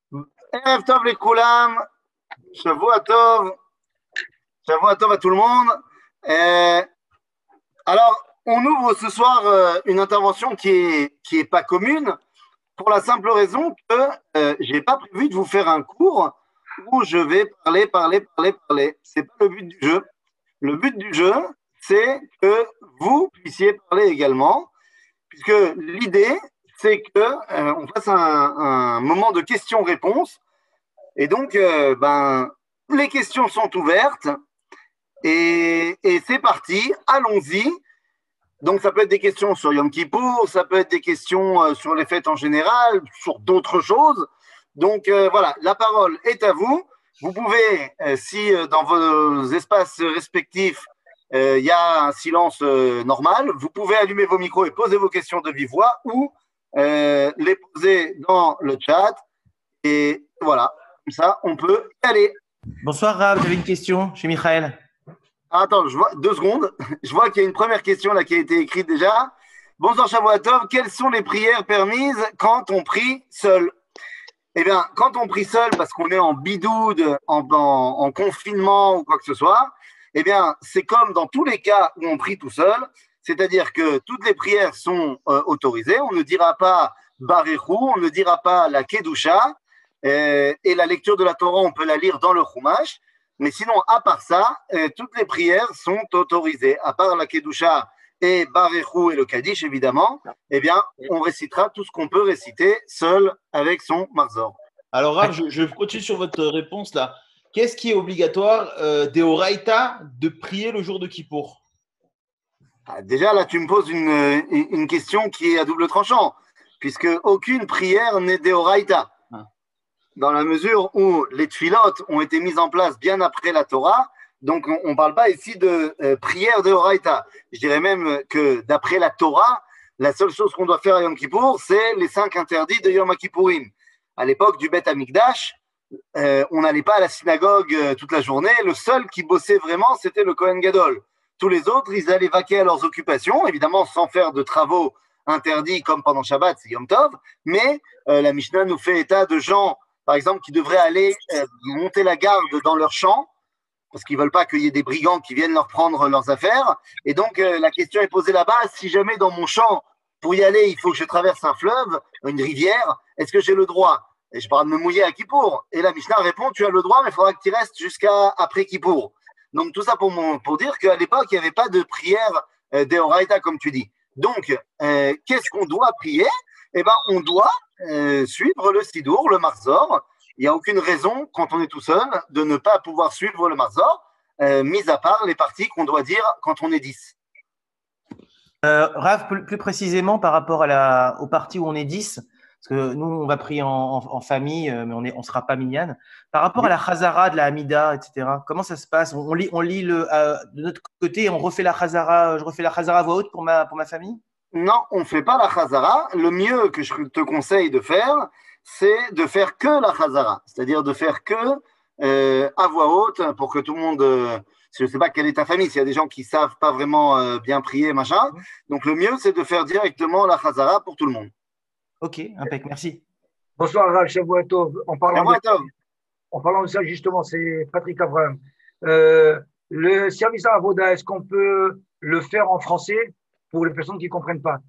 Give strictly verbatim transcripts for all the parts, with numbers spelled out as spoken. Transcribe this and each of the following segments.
Erev Tov les Koulam, Shavua Tov, Shavua Tov à tout le monde. Euh, alors, on ouvre ce soir euh, une intervention qui est, qui est pas commune, pour la simple raison que euh, j'ai pas prévu de vous faire un cours où je vais parler, parler, parler, parler. C'est pas le but du jeu. Le but du jeu, c'est que vous puissiez parler également, puisque l'idée, c'est que euh, on fasse un, un moment de questions-réponses. Et donc, euh, ben, les questions sont ouvertes et, et c'est parti. Allons-y. Donc, ça peut être des questions sur Yom Kippour, ça peut être des questions euh, sur les fêtes en général, sur d'autres choses. Donc, euh, voilà, la parole est à vous. Vous pouvez, euh, si euh, dans vos espaces respectifs, il euh, y a un silence euh, normal, vous pouvez allumer vos micros et poser vos questions de vive voix ou euh, les poser dans le chat. Et voilà, comme ça, on peut y aller. Bonsoir Rav, j'avais une question chez Michael. Attends, je vois, deux secondes. Je vois qu'il y a une première question là qui a été écrite déjà. Bonsoir Shavuot Tov, quelles sont les prières permises quand on prie seul? Eh bien, quand on prie seul parce qu'on est en bidoude, en, en, en confinement ou quoi que ce soit, eh bien, c'est comme dans tous les cas où on prie tout seul, c'est-à-dire que toutes les prières sont euh, autorisées. On ne dira pas Barechou, on ne dira pas la Kedusha, euh, et la lecture de la Torah, on peut la lire dans le Chumash. Mais sinon, à part ça, euh, toutes les prières sont autorisées. À part la Kedusha et Barechou et le Kaddish, évidemment, eh bien, on récitera tout ce qu'on peut réciter seul avec son Marzor. Alors, Rav, je, je continue sur votre réponse là. Qu'est-ce qui est obligatoire euh, des Horaïta de prier le jour de Kippour? Ah, déjà, là, tu me poses une, une question qui est à double tranchant, puisque aucune prière n'est des Horaïta. Ah. Dans la mesure où les tfilotes ont été mises en place bien après la Torah, donc on ne parle pas ici de euh, prière de Horaïta. Je dirais même que d'après la Torah, la seule chose qu'on doit faire à Yom Kippour, c'est les cinq interdits de Yom Kippourim. À l'époque du Beth Amikdash, euh, on n'allait pas à la synagogue euh, toute la journée. Le seul qui bossait vraiment, c'était le Kohen Gadol. Tous les autres, ils allaient vaquer à leurs occupations, évidemment sans faire de travaux interdits comme pendant Shabbat, c'est Yom Tov, mais euh, la Mishnah nous fait état de gens, par exemple, qui devraient aller euh, monter la garde dans leur champ, parce qu'ils ne veulent pas qu'il y ait des brigands qui viennent leur prendre leurs affaires. Et donc, euh, la question est posée là-bas, si jamais dans mon champ, pour y aller, il faut que je traverse un fleuve, une rivière, est-ce que j'ai le droit? Et je parle de me mouiller à Kippour. Et la Mishnah répond, tu as le droit, mais il faudra que tu restes jusqu'à après Kippour. Donc, tout ça pour, mon, pour dire qu'à l'époque, il n'y avait pas de prière euh, d'Eoraita, comme tu dis. Donc, euh, qu'est-ce qu'on doit prier? Eh bien, on doit euh, suivre le Sidour, le Marzor. Il n'y a aucune raison, quand on est tout seul, de ne pas pouvoir suivre le Marzor, euh, mis à part les parties qu'on doit dire quand on est dix. Euh, Rav, plus, plus précisément par rapport à la, aux parties où on est dix, parce que nous, on va prier en, en, en famille, mais on ne on sera pas minyan. Par rapport oui. à la Chazara, de la Hamida, et cetera, comment ça se passe? on, on lit, on lit le, euh, de notre côté, on refait la Chazara, je refais la Chazara à voix haute pour ma, pour ma famille? Non, on ne fait pas la Chazara. Le mieux que je te conseille de faire, c'est de faire que la Chazara, c'est-à-dire de faire que euh, à voix haute pour que tout le monde… Euh, je ne sais pas quelle est ta famille, s'il y a des gens qui ne savent pas vraiment euh, bien prier, machin. Donc, le mieux, c'est de faire directement la Chazara pour tout le monde. Ok, impec, merci. Bonsoir, Rav Shavuot Tov. En parlant, de, en parlant de ça, justement, c'est Patrick Abraham. Euh, le service à Avoda, est-ce qu'on peut le faire en français pour les personnes qui ne comprennent pas?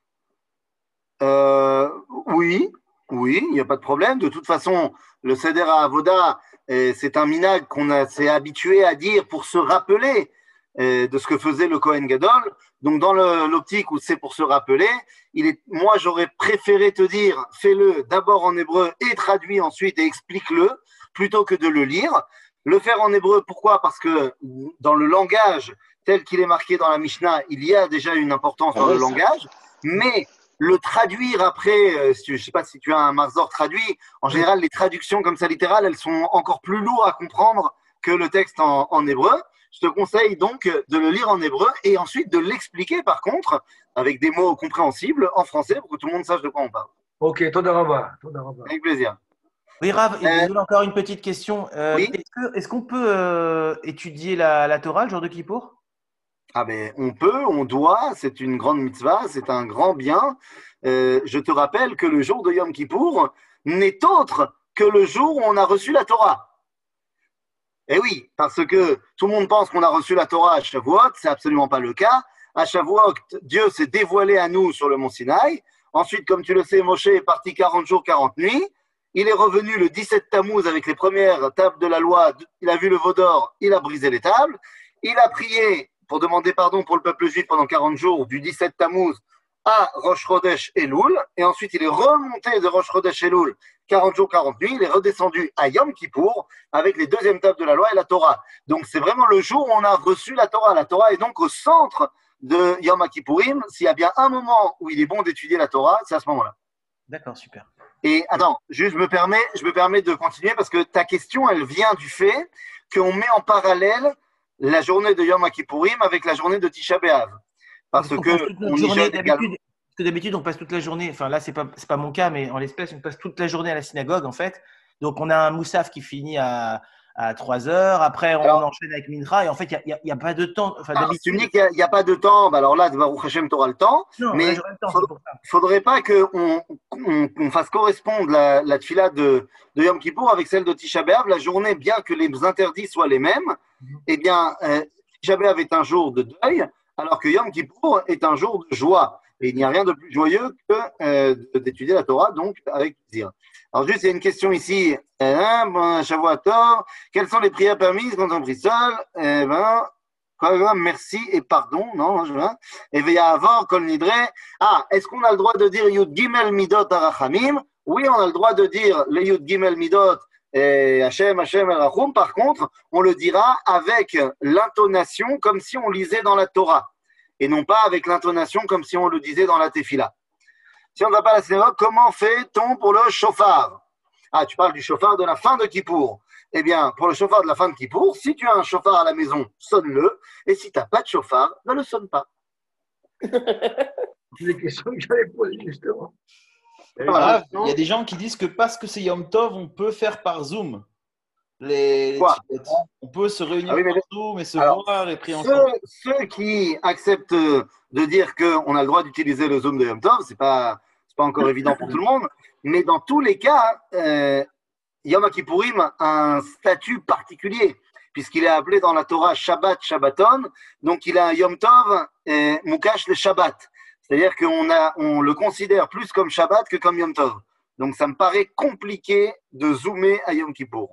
euh, Oui, oui, il n'y a pas de problème. De toute façon, le Seder à Avoda, c'est un minag qu'on s'est habitué à dire pour se rappeler de ce que faisait le Kohen Gadol. Donc, dans l'optique où c'est pour se rappeler, il est, moi, j'aurais préféré te dire, fais-le d'abord en hébreu et traduis ensuite et explique-le, plutôt que de le lire. Le faire en hébreu, pourquoi? Parce que dans le langage tel qu'il est marqué dans la Mishnah, il y a déjà une importance dans le langage, mais le traduire après, je ne sais pas si tu as un Marzor traduit, en général, les traductions comme ça littérales, elles sont encore plus lourdes à comprendre que le texte en, en hébreu. Je te conseille donc de le lire en hébreu et ensuite de l'expliquer par contre avec des mots compréhensibles en français pour que tout le monde sache de quoi on parle. Ok, toda rabba. Avec plaisir. Oui, Rav, euh, encore une petite question. Euh, oui est-ce, que, est-ce qu'on peut euh, étudier la, la Torah le jour de Kippour? Ah ben, on peut, on doit, c'est une grande mitzvah, c'est un grand bien. Euh, je te rappelle que le jour de Yom Kippour n'est autre que le jour où on a reçu la Torah. Eh oui, parce que tout le monde pense qu'on a reçu la Torah à Shavuot, c'est absolument pas le cas. À Shavuot, Dieu s'est dévoilé à nous sur le mont Sinaï. Ensuite, comme tu le sais, Moshe est parti quarante jours, quarante nuits. Il est revenu le dix-sept Tammuz avec les premières tables de la loi. Il a vu le veau d'or, il a brisé les tables. Il a prié pour demander pardon pour le peuple juif pendant quarante jours, du dix-sept Tammuz à Rosh Chodesh Elul. Et ensuite, il est remonté de Rosh Chodesh Elul, quarante jours, quarante nuits. Il est redescendu à Yom Kippour avec les deuxièmes tables de la loi et la Torah. Donc, c'est vraiment le jour où on a reçu la Torah. La Torah est donc au centre de Yom Kippourim. S'il y a bien un moment où il est bon d'étudier la Torah, c'est à ce moment-là. D'accord, super. Et attends, juste, je me permets, je me permets de continuer parce que ta question, elle vient du fait qu'on met en parallèle la journée de Yom Kippourim avec la journée de Tisha B'Av. Parce on que on y journée, jeûne également. Parce que d'habitude, on passe toute la journée, enfin là, ce n'est pas, c'est pas mon cas, mais en l'espèce, on passe toute la journée à la synagogue, en fait. Donc, on a un moussaf qui finit à, à trois heures. Après, on alors, enchaîne avec Mincha. Et en fait, il n'y a, a, a pas de temps. Enfin, alors, si tu me dis qu'il n'y a, a pas de temps, bah alors là, Baruch Hashem, tu auras le temps. Non, mais là, il ne faudrait pas qu'on on, on fasse correspondre la, la tfila de, de Yom Kippour avec celle de Tisha B'Av. La journée, bien que les interdits soient les mêmes, mm-hmm. eh bien, euh, Tisha B'Av est un jour de deuil, alors que Yom Kippour est un jour de joie. Et il n'y a rien de plus joyeux que euh, d'étudier la Torah, donc avec plaisir. Alors juste, il y a une question ici. Eh, bon, Shavuot, quelles sont les prières permises quand on prie seul? Eh ben, merci et pardon. Non, je vois. Et Veyahavor, Kol Nidre. Ah, est-ce qu'on a le droit de dire Yud Gimel Midot Arachamim? Oui, on a le droit de dire les Yud Gimel Midot et Hashem, Hashem, Arachum. Par contre, on le dira avec l'intonation comme si on lisait dans la Torah. Et non pas avec l'intonation comme si on le disait dans la tefila. Si on ne va pas à la synagogue, comment fait-on pour le chauffard? Ah, tu parles du chauffard de la fin de Kippour. Eh bien, pour le chauffard de la fin de Kippour, si tu as un chauffard à la maison, sonne-le. Et si tu n'as pas de chauffard, ne le sonne pas. C'est des questions que j'avais posées justement. Voilà, il y a des gens qui disent que parce que c'est Yom Tov, on peut faire par Zoom. Les, les on peut se réunir ah oui, par Zoom et se alors, voir et prier ensemble. Ceux, ceux qui acceptent de dire qu'on a le droit d'utiliser le Zoom de Yom Tov, ce n'est pas, pas encore évident pour tout le monde, mais dans tous les cas, euh, Yom Kippourim a un statut particulier, puisqu'il est appelé dans la Torah Shabbat Shabbaton, donc il a un Yom Tov euh, Mukash le Shabbat. C'est-à-dire qu'on a, on le considère plus comme Shabbat que comme Yom Tov. Donc ça me paraît compliqué de zoomer à Yom Kippour.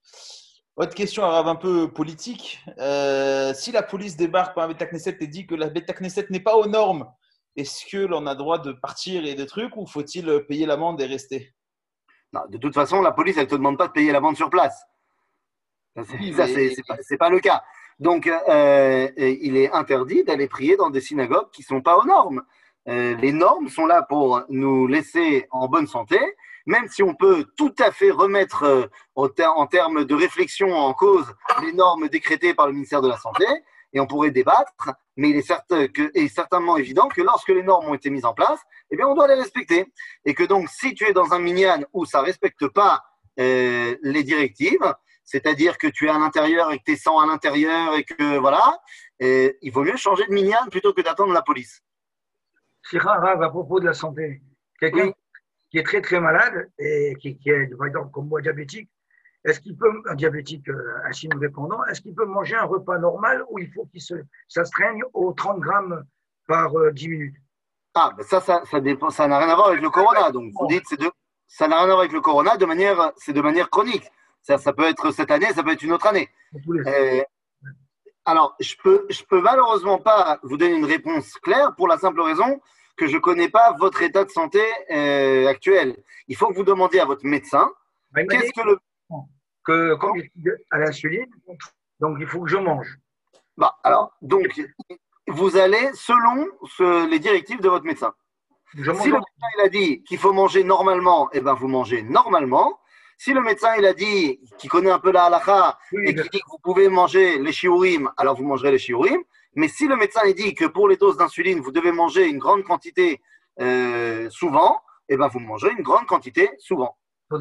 Autre question arabe un peu politique. Euh, si la police débarque par la Beth Knesset et dit que la Beth Knesset n'est pas aux normes, est-ce que l'on a droit de partir et des trucs ou faut-il payer l'amende et rester? Non, de toute façon, la police, elle ne te demande pas de payer l'amende sur place. Ça, c'est, oui, ça, c'est, c'est, pas, c'est pas le cas. Donc, euh, il est interdit d'aller prier dans des synagogues qui ne sont pas aux normes. Euh, les normes sont là pour nous laisser en bonne santé, même si on peut tout à fait remettre euh, au ter- en termes de réflexion en cause les normes décrétées par le ministère de la Santé, et on pourrait débattre, mais il est, certain que, est certainement évident que lorsque les normes ont été mises en place, eh bien, on doit les respecter. Et que donc, si tu es dans un minyan où ça ne respecte pas euh, les directives, c'est-à-dire que tu es à l'intérieur et que tu es sans à l'intérieur et que voilà, et il vaut mieux changer de minyan plutôt que d'attendre la police. C'est rare, à propos de la santé. Quelqu'un oui. qui est très très malade et qui, qui est, par exemple, comme moi, diabétique, est-ce qu'il peut, un diabétique euh, insulino-dépendant, est-ce qu'il peut manger un repas normal ou il faut qu'il se, s'astreigne aux trente grammes par euh, dix minutes? Ah, ben ça, ça, ça dépend, ça n'a rien à voir avec le corona. Donc, vous dites, c'est de, ça n'a rien à voir avec le corona de manière, c'est de manière chronique. Ça, ça peut être cette année, ça peut être une autre année. Euh, alors, je peux, je peux malheureusement pas vous donner une réponse claire pour la simple raison que je connais pas votre état de santé euh, actuel. Il faut que vous demandiez à votre médecin. Ben, qu'est-ce que le que quand je suis à l'insuline, donc il faut que je mange. Bah, alors, donc, vous allez selon ce, les directives de votre médecin. Je si le médecin il a dit qu'il faut manger normalement, eh ben vous mangez normalement. Si le médecin il a dit qu'il connaît un peu la halakha oui, et qu'il dit que vous pouvez manger les shiurim, alors vous mangerez les shiurim. Mais si le médecin il dit que pour les doses d'insuline, vous devez manger une grande quantité euh, souvent, eh ben vous mangerez une grande quantité souvent.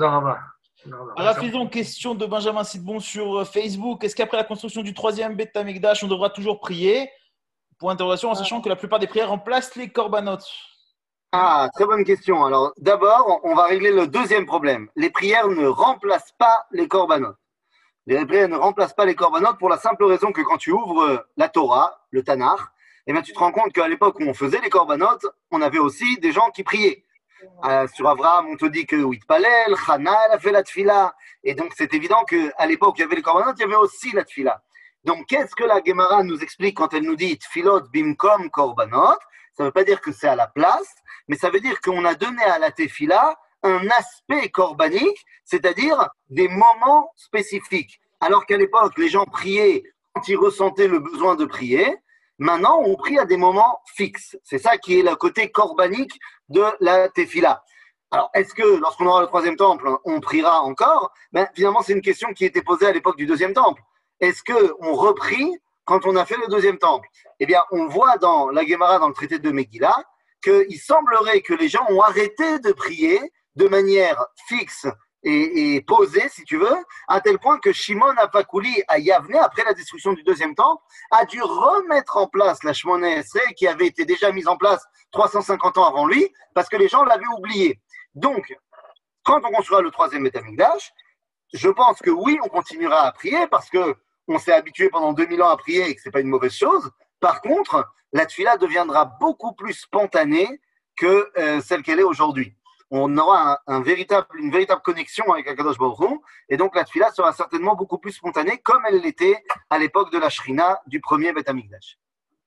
Rapidement, question de Benjamin Sidbon sur Facebook. Est-ce qu'après la construction du troisième Beth Amikdash, on devra toujours prier? Point d'interrogation, en sachant que la plupart des prières remplacent les korbanot. Ah, très bonne question. Alors, d'abord, on va régler le deuxième problème. Les prières ne remplacent pas les korbanot. Les prières ne remplacent pas les korbanot pour la simple raison que quand tu ouvres la Torah, le Tanakh, eh bien, tu te rends compte qu'à l'époque où on faisait les korbanot, on avait aussi des gens qui priaient. Euh, sur Abraham, on te dit que Huitpalel, Chana, elle a fait la tfila. Et donc, c'est évident qu'à l'époque, il y avait les korbanot, il y avait aussi la tfila. Donc, qu'est-ce que la Gemara nous explique quand elle nous dit tfilot bimkom korbanot? Ça ne veut pas dire que c'est à la place, mais ça veut dire qu'on a donné à la tefila un aspect corbanique, c'est-à-dire des moments spécifiques. Alors qu'à l'époque, les gens priaient quand ils ressentaient le besoin de prier. Maintenant, on prie à des moments fixes. C'est ça qui est le côté corbanique de la tefila. Alors, est-ce que lorsqu'on aura le troisième temple, on priera encore? Ben, finalement, c'est une question qui était posée à l'époque du deuxième temple. Est-ce qu'on reprie quand on a fait le deuxième temple? Eh bien, on voit dans la Gemara, dans le traité de Megillah, qu'il semblerait que les gens ont arrêté de prier de manière fixe et, et posée, si tu veux, à tel point que Shimon Apakouli à Yavne, après la destruction du deuxième temple, a dû remettre en place la Shmoneh Esrei qui avait été déjà mise en place trois cent cinquante ans avant lui, parce que les gens l'avaient oublié. Donc, quand on construira le troisième Beth Amikdash, je pense que oui, on continuera à prier parce que on s'est habitué pendant deux mille ans à prier et que ce n'est pas une mauvaise chose. Par contre, la tefila deviendra beaucoup plus spontanée que euh, celle qu'elle est aujourd'hui. On aura un, un véritable, une véritable connexion avec Akadosh Baruch Hu, et donc la tefila sera certainement beaucoup plus spontanée comme elle l'était à l'époque de la Shrina du premier Beth Amikdash.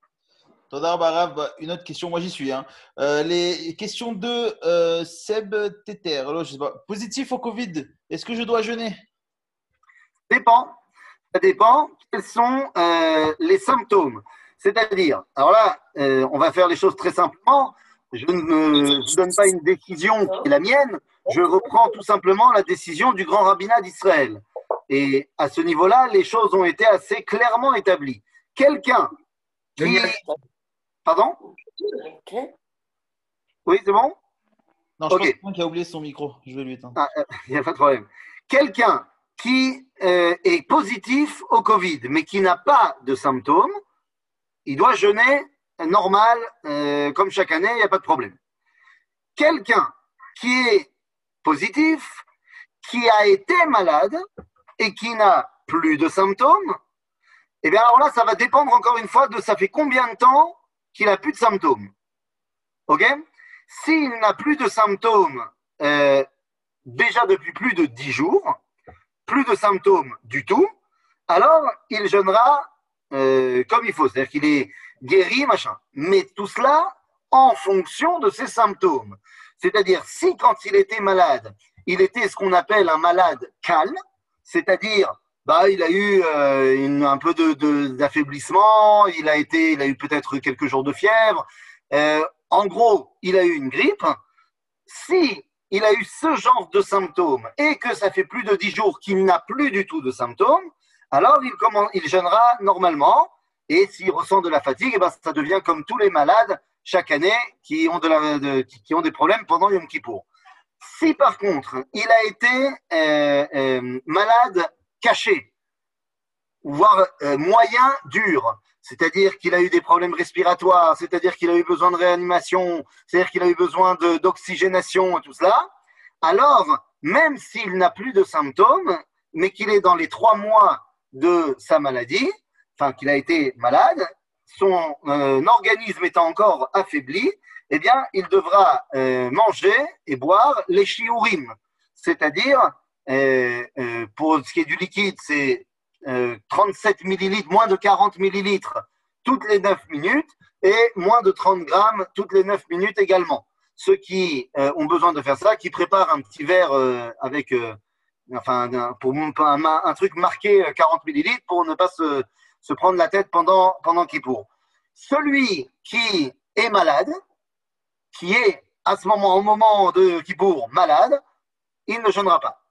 Toda Barav, une autre question, moi j'y suis. Hein. Euh, les questions de euh, Seb Teter. Alors, je sais pas. Positif au Covid, est-ce que je dois jeûner? Dépend. Ça dépend quels sont euh, les symptômes. C'est-à-dire, alors là, euh, on va faire les choses très simplement. Je ne me donne pas une décision qui est la mienne. Je reprends tout simplement la décision du grand rabbinat d'Israël. Et à ce niveau-là, les choses ont été assez clairement établies. Quelqu'un qui... Pardon? Oui, c'est bon? Non, je okay. pense qu'il a oublié son micro. Je vais lui éteindre. Ah, il n'y a pas de problème. Quelqu'un qui euh, est positif au Covid, mais qui n'a pas de symptômes, il doit jeûner normal, euh, comme chaque année, il n'y a pas de problème. Quelqu'un qui est positif, qui a été malade et qui n'a plus de symptômes, eh bien alors là, ça va dépendre encore une fois de ça fait combien de temps qu'il n'a plus de symptômes. Ok? S'il n'a plus de symptômes euh, déjà depuis plus de dix jours, plus de symptômes du tout, alors il jeûnera euh, comme il faut, c'est-à-dire qu'il est guéri, machin. Mais tout cela en fonction de ses symptômes. C'est-à-dire, si quand il était malade, il était ce qu'on appelle un malade calme, c'est-à-dire, bah, il a eu euh, une, un peu de, de, d'affaiblissement, il a été, il a eu peut-être quelques jours de fièvre. Euh, en gros, il a eu une grippe. Si il a eu ce genre de symptômes et que ça fait plus de dix jours qu'il n'a plus du tout de symptômes, alors il, comment, il jeûnera normalement. Et s'il ressent de la fatigue, eh ben, ça devient comme tous les malades chaque année qui ont, de la, de, qui ont des problèmes pendant Yom Kippour. Si par contre, il a été euh, euh, malade caché, voire euh, moyen dur, c'est-à-dire qu'il a eu des problèmes respiratoires, c'est-à-dire qu'il a eu besoin de réanimation, c'est-à-dire qu'il a eu besoin de, d'oxygénation et tout cela, alors, même s'il n'a plus de symptômes, mais qu'il est dans les trois mois de sa maladie, enfin qu'il a été malade, son euh, organisme étant encore affaibli, eh bien, il devra euh, manger et boire les shiurim, c'est-à-dire, euh, euh, pour ce qui est du liquide, c'est euh, trente-sept millilitres, moins de quarante millilitres toutes les neuf minutes, et moins de trente grammes toutes les neuf minutes également. Ceux qui euh, ont besoin de faire ça, qui préparent un petit verre euh, avec, euh, enfin, un, pour un, un truc marqué quarante millilitres pour ne pas se se prendre la tête pendant, pendant Kippour. Celui qui est malade, qui est à ce moment, au moment de Kippour, malade, il ne jeûnera pas.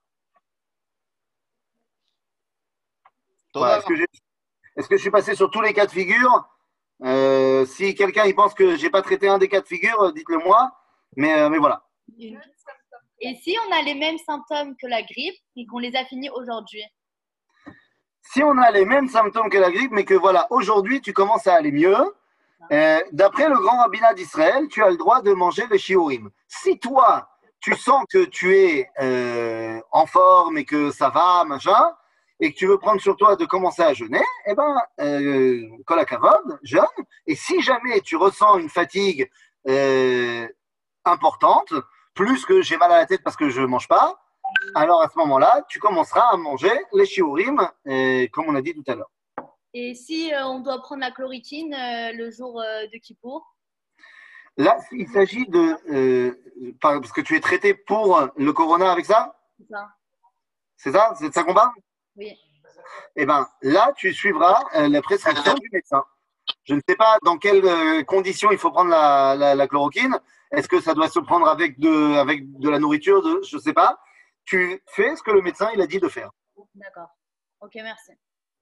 Voilà, est-ce, que j'ai, est-ce que je suis passé sur tous les cas de figure? euh, Si quelqu'un il pense que je n'ai pas traité un des cas de figure, dites-le moi. Mais, euh, mais voilà. Et si on a les mêmes symptômes que la grippe et qu'on les a finis aujourd'hui? Si on a les mêmes symptômes que la grippe, mais que voilà, aujourd'hui tu commences à aller mieux, Euh, D'après le grand rabbinat d'Israël, tu as le droit de manger les shiurim. Si toi, tu sens que tu es euh, en forme et que ça va, machin, et que tu veux prendre sur toi de commencer à jeûner, eh ben, euh, kol hakavod, jeûne. Et si jamais tu ressens une fatigue euh, importante, plus que j'ai mal à la tête parce que je ne mange pas, alors à ce moment-là, tu commenceras à manger les shiurim, euh, comme on a dit tout à l'heure. Et si euh, on doit prendre la chloroquine euh, le jour euh, de Kippour? Là, il s'agit de… Euh, parce que tu es traité pour le corona avec ça? C'est ça. C'est ça? C'est de ça qu'on parle? Oui. Eh bien, là, tu suivras euh, la prescription du médecin. Je ne sais pas dans quelles euh, conditions il faut prendre la, la, la chloroquine. Est-ce que ça doit se prendre avec de, avec de la nourriture de, je ne sais pas. Tu fais ce que le médecin il a dit de faire. D'accord. Ok, merci.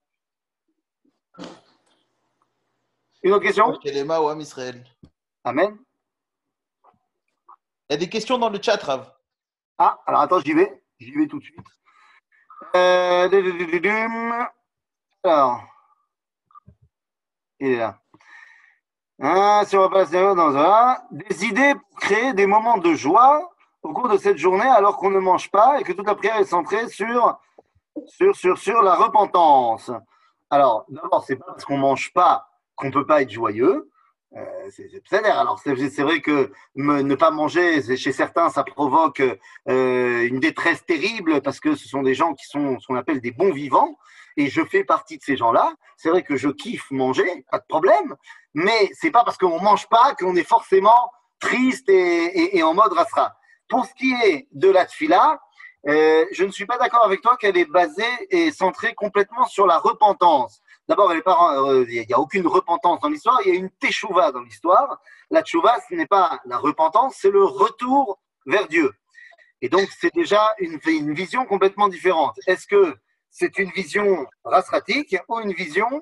Une autre question? Kelema ou Am Israël. Amen. Il y a des questions dans le chat, Rav. Ah, alors attends, j'y vais. J'y vais tout de suite. Euh, alors, il est là. Ah, si on va passer dans un, des idées pour créer des moments de joie au cours de cette journée alors qu'on ne mange pas et que toute la prière est centrée sur, sur, sur, sur la repentance. Alors, d'abord, c'est pas parce qu'on ne mange pas qu'on ne peut pas être joyeux. Euh, c'est c'est alors c'est vrai que me, ne pas manger chez certains ça provoque euh, une détresse terrible parce que ce sont des gens qui sont ce qu'on appelle des bons vivants et je fais partie de ces gens-là. C'est vrai que je kiffe manger, pas de problème, mais c'est pas parce qu'on mange pas qu'on est forcément triste et, et, et en mode rasra. Pour ce qui est de la tfila, euh, je ne suis pas d'accord avec toi qu'elle est basée et centrée complètement sur la repentance. D'abord, il n'y a aucune repentance dans l'histoire, il y a une teshuva dans l'histoire. La teshuva, ce n'est pas la repentance, c'est le retour vers Dieu. Et donc, c'est déjà une, une vision complètement différente. Est-ce que c'est une vision rasratique ou une vision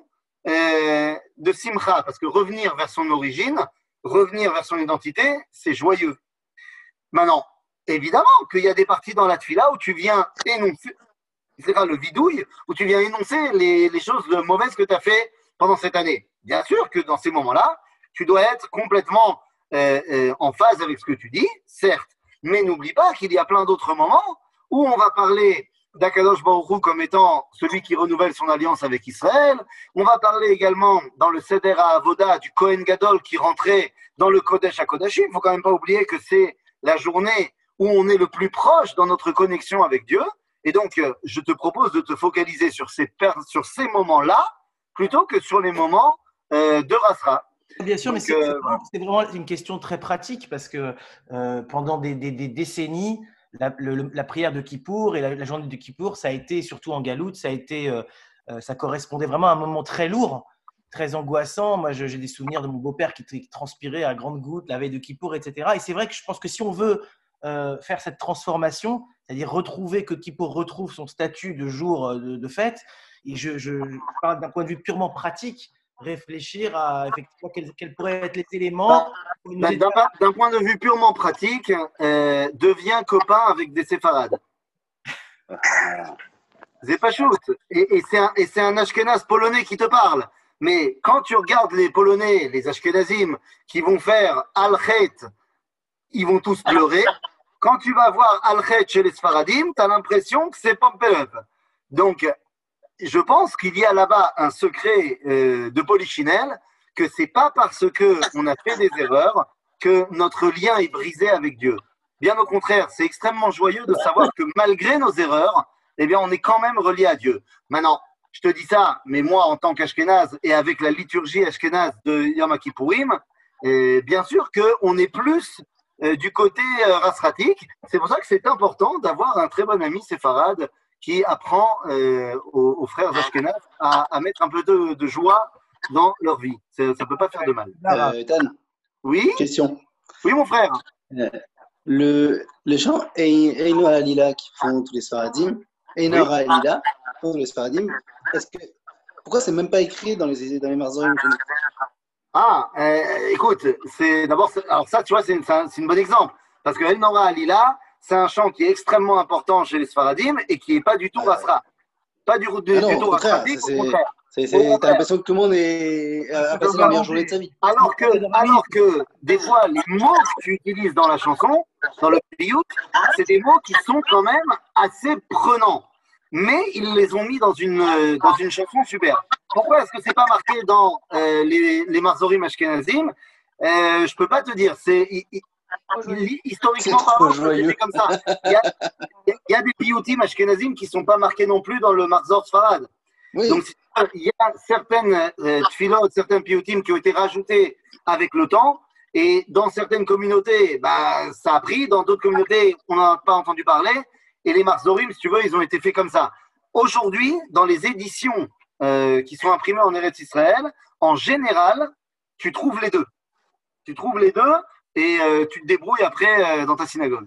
euh, de simcha? Parce que revenir vers son origine, revenir vers son identité, c'est joyeux. Maintenant, évidemment qu'il y a des parties dans la tefila où tu viens énoncer c'est le vidouille, où tu viens énoncer les, les choses mauvaises que tu as fait pendant cette année. Bien sûr que dans ces moments-là, tu dois être complètement euh, euh, en phase avec ce que tu dis, certes, mais n'oublie pas qu'il y a plein d'autres moments où on va parler d'Akadosh Baruch Hu comme étant celui qui renouvelle son alliance avec Israël. On va parler également dans le Seder HaAvoda du Kohen Gadol qui rentrait dans le Kodesh HaKodashim. Il ne faut quand même pas oublier que c'est la journée où on est le plus proche dans notre connexion avec Dieu. Et donc, je te propose de te focaliser sur ces, sur ces moments-là plutôt que sur les moments euh, de Rasra. Bien sûr, donc, mais c'est euh, vraiment une question très pratique parce que euh, pendant des, des, des décennies, la, le, la prière de Kippour et la, la journée de Kippour, ça a été, surtout en Galoute, ça a été, euh, ça correspondait vraiment à un moment très lourd, très angoissant. Moi, j'ai des souvenirs de mon beau-père qui, qui transpirait à grandes gouttes la veille de Kippour, et cetera. Et c'est vrai que je pense que si on veut euh, faire cette transformation, c'est-à-dire retrouver que Kippour retrouve son statut de jour de, de fête, et je, je, je parle d'un point de vue purement pratique, réfléchir à effectivement quels, quels pourraient être les éléments. D'un d'un point de vue purement pratique, euh, deviens copain avec des séfarades. C'est pas shoot. Et, et c'est un, et c'est un Ashkenaz polonais qui te parle. Mais quand tu regardes les Polonais, les Ashkenazim, qui vont faire Al-Chet, ils vont tous pleurer. Quand tu vas voir Al-Chet chez les Sfaradim, tu as l'impression que c'est Pompelov. Donc, je pense qu'il y a là-bas un secret euh, de polichinelle, que c'est pas parce qu'on a fait des erreurs que notre lien est brisé avec Dieu. Bien au contraire, c'est extrêmement joyeux de savoir que malgré nos erreurs, eh bien, on est quand même relié à Dieu. Maintenant, je te dis ça, mais moi, en tant qu'Ashkenaz et avec la liturgie Ashkenaz de Yom Kippourim, eh, bien sûr qu'on est plus euh, du côté euh, rasratique. C'est pour ça que c'est important d'avoir un très bon ami séfarade qui apprend euh, aux, aux frères Ashkenaz à, à mettre un peu de, de joie dans leur vie. Ça ne peut pas faire de mal. Euh, Dan, oui question. Oui, mon frère. Euh, le, les gens Eino Halila qui font tous les Sfaradim, Eino Oui. Halila qui font tous les Sfaradim, est-ce que, pourquoi c'est même pas écrit dans les, dans les Marzorim? Ah, euh, écoute, c'est d'abord, alors ça, tu vois, c'est une, c'est une bon exemple. Parce que El Nora Alila, c'est un chant qui est extrêmement important chez les Sfaradim et qui n'est pas du tout Rasra. pas du, du, Ah non, du au tout contraire, rattrapique, c'est- au contraire. c'est- Au c'est- T'as contraire. l'impression que tout le monde est, a, a passé la meilleure journée de sa vie. Alors que, alors que des fois, les mots que tu utilises dans la chanson, dans le piyut, c'est des mots qui sont quand même assez prenants. Mais ils les ont mis dans une, euh, dans une chanson super. Pourquoi est-ce que c'est pas marqué dans euh, les, les Marzorim Ashkenazim? euh, Je peux pas te dire. C'est hi- hi- hi- historiquement C'est trop parlant, joyeux. c'est comme ça. Il y a, il y a des piyutim Ashkenazim qui sont pas marqués non plus dans le Marzor Sfarad. Oui, Donc, il y a certaines euh, tfilotes, certains piyutim qui ont été rajoutés avec le temps. Et dans certaines communautés, bah, ça a pris. Dans d'autres communautés, on n'en a pas entendu parler. Et les marzorim, si tu veux, ils ont été faits comme ça. Aujourd'hui, dans les éditions euh, qui sont imprimées en Eretz Israël, en général, tu trouves les deux. Tu trouves les deux et euh, tu te débrouilles après euh, dans ta synagogue.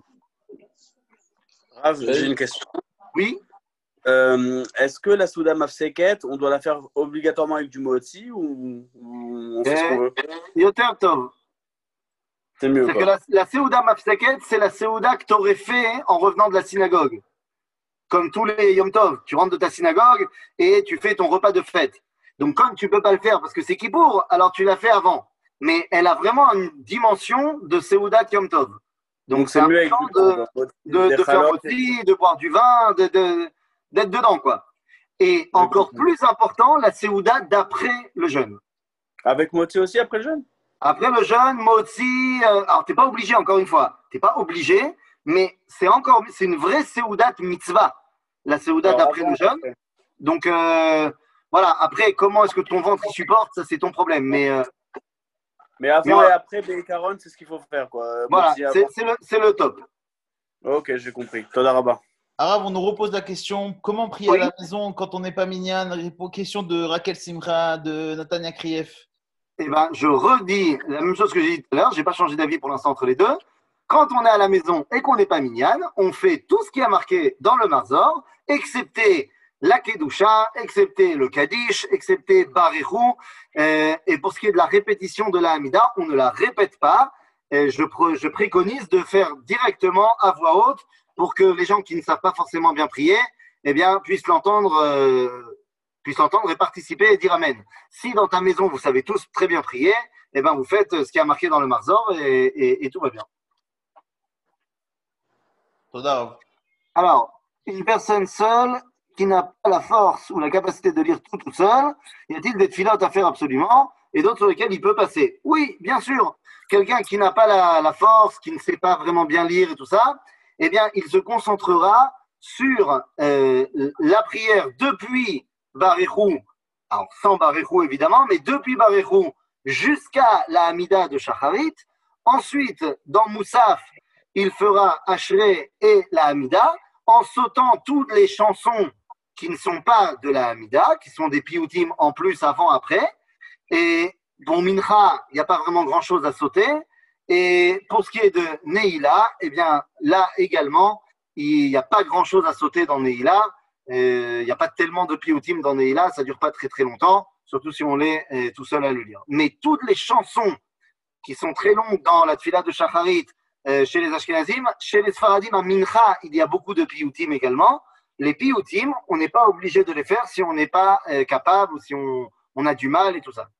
Rav, j'ai une question. Oui. Euh, Est-ce que la Souda Mafseket, on doit la faire obligatoirement avec du motzi ou, ou on fait ce qu'on veut? Yoter Tov. C'est mieux. C'est Quoi. que la, la Seouda Mafseket, c'est la Seouda que tu aurais fait en revenant de la synagogue. Comme tous les Yom Tov, tu rentres de ta synagogue et tu fais ton repas de fête. Donc, comme tu ne peux pas le faire parce que c'est Kippour, alors tu l'as fait avant. Mais elle a vraiment une dimension de Seouda Yom Tov. Donc, Donc c'est mieux avec important du de, de, de faire aussi, de boire du vin, de, de, d'être dedans, quoi. Et encore plus important, la Seouda d'après le jeûne. Avec motzi aussi après le jeûne? Après le jeûne, motzi, euh, alors t'es pas obligé encore une fois, t'es pas obligé, mais c'est encore, c'est une vraie Seoudat mitzvah, la Seoudat après le jeûne. Donc euh, voilà, après comment est-ce que ton ventre y supporte, ça c'est ton problème, mais euh, mais avant mais voilà. Et après Beikaron, c'est ce qu'il faut faire, quoi. Voilà, c'est, c'est, le, c'est le top. Ok, j'ai compris. Toda Rabba. Arabe, on nous repose la question comment prier Oui. à la maison quand on n'est pas minyan? Question de Raquel Simra, de Natania Krief. Eh ben, je redis la même chose que j'ai dit tout à l'heure, j'ai pas changé d'avis pour l'instant entre les deux. Quand on est à la maison et qu'on n'est pas minyan, on fait tout ce qui a marqué dans le Marzor, excepté la Kedusha, excepté le Kaddish, excepté Barichou. Euh, et pour ce qui est de la répétition de la Hamida, on ne la répète pas. Et je, pr- je préconise de faire directement à voix haute pour que les gens qui ne savent pas forcément bien prier, eh bien, puissent l'entendre, euh, puissent l'entendre et participer et dire Amen. Si dans ta maison, vous savez tous très bien prier, eh bien, vous faites ce qui a marqué dans le Marzor et, et, et tout va bien. Toda. Alors, une personne seule qui n'a pas la force ou la capacité de lire tout tout seul, y a-t-il des filotes à faire absolument et d'autres sur lesquels il peut passer? Oui, bien sûr. Quelqu'un qui n'a pas la, la force, qui ne sait pas vraiment bien lire et tout ça, eh bien, il se concentrera sur euh, la prière depuis Barichou, alors sans Barichou évidemment, mais depuis Barichou jusqu'à la Hamida de Shacharit. Ensuite, dans Moussaf, il fera Ashrei et la Hamida en sautant toutes les chansons qui ne sont pas de la Hamida, qui sont des piyutim en plus avant, après. Et pour Mincha, il n'y a pas vraiment grand-chose à sauter. Et pour ce qui est de Neila, eh bien là également, il n'y a pas grand-chose à sauter dans Neila. Il n'y a pas tellement de piyutim dans Neila, ça ne dure pas très très longtemps, surtout si on l'est euh, tout seul à le lire. Mais toutes les chansons qui sont très longues dans la Tfila de Shacharit, euh, chez les Ashkenazim, chez les Sfaradim, à Mincha, il y a beaucoup de piyutim également. Les piyutim, on n'est pas obligé de les faire si on n'est pas euh, capable ou si on, on a du mal et tout ça.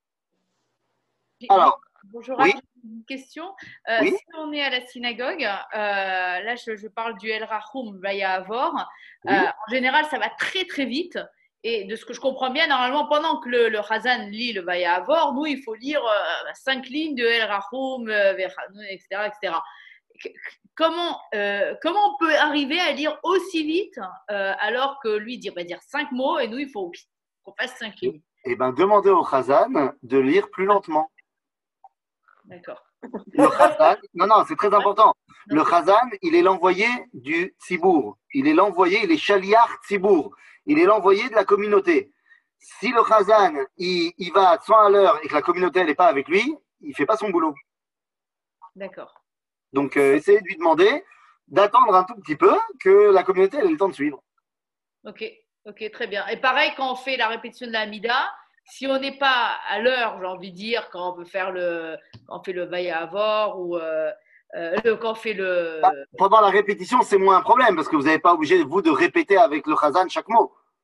Alors, bonjour, oui. Une question. Euh, Oui. Si on est à la synagogue, euh, là je, je parle du El Rahum Vaya Avor, Oui. euh, en général ça va très très vite. Et de ce que je comprends bien, normalement, pendant que le, le Hazan lit le Vaya Avor, nous il faut lire euh, cinq lignes de El Rahum, euh, et cetera, et cetera. Comment, euh, comment on peut arriver à lire aussi vite euh, alors que lui dire, va dire cinq mots et nous il faut qu'on fasse cinq lignes. Eh bien, demandez au Chazan de lire plus lentement. D'accord. Le Chazan, non, non, c'est très important. Le Chazan, il est l'envoyé du Tzibour. Il est l'envoyé, il est Shaliach Tzibour. Il est l'envoyé de la communauté. Si le Chazan, il, il va à cent à l'heure et que la communauté n'est pas avec lui, il ne fait pas son boulot. D'accord. Donc, euh, essayez de lui demander d'attendre un tout petit peu que la communauté ait le temps de suivre. Ok, ok, très bien. Et pareil, quand on fait la répétition de la Hamida, si on n'est pas à l'heure, j'ai envie de dire, quand on veut faire le, quand on fait le Vaya Avor ou euh, euh, le, quand on fait le. Pendant la répétition, c'est moins un problème parce que vous n'êtes pas obligé, vous, de répéter avec le Chazan chaque mot.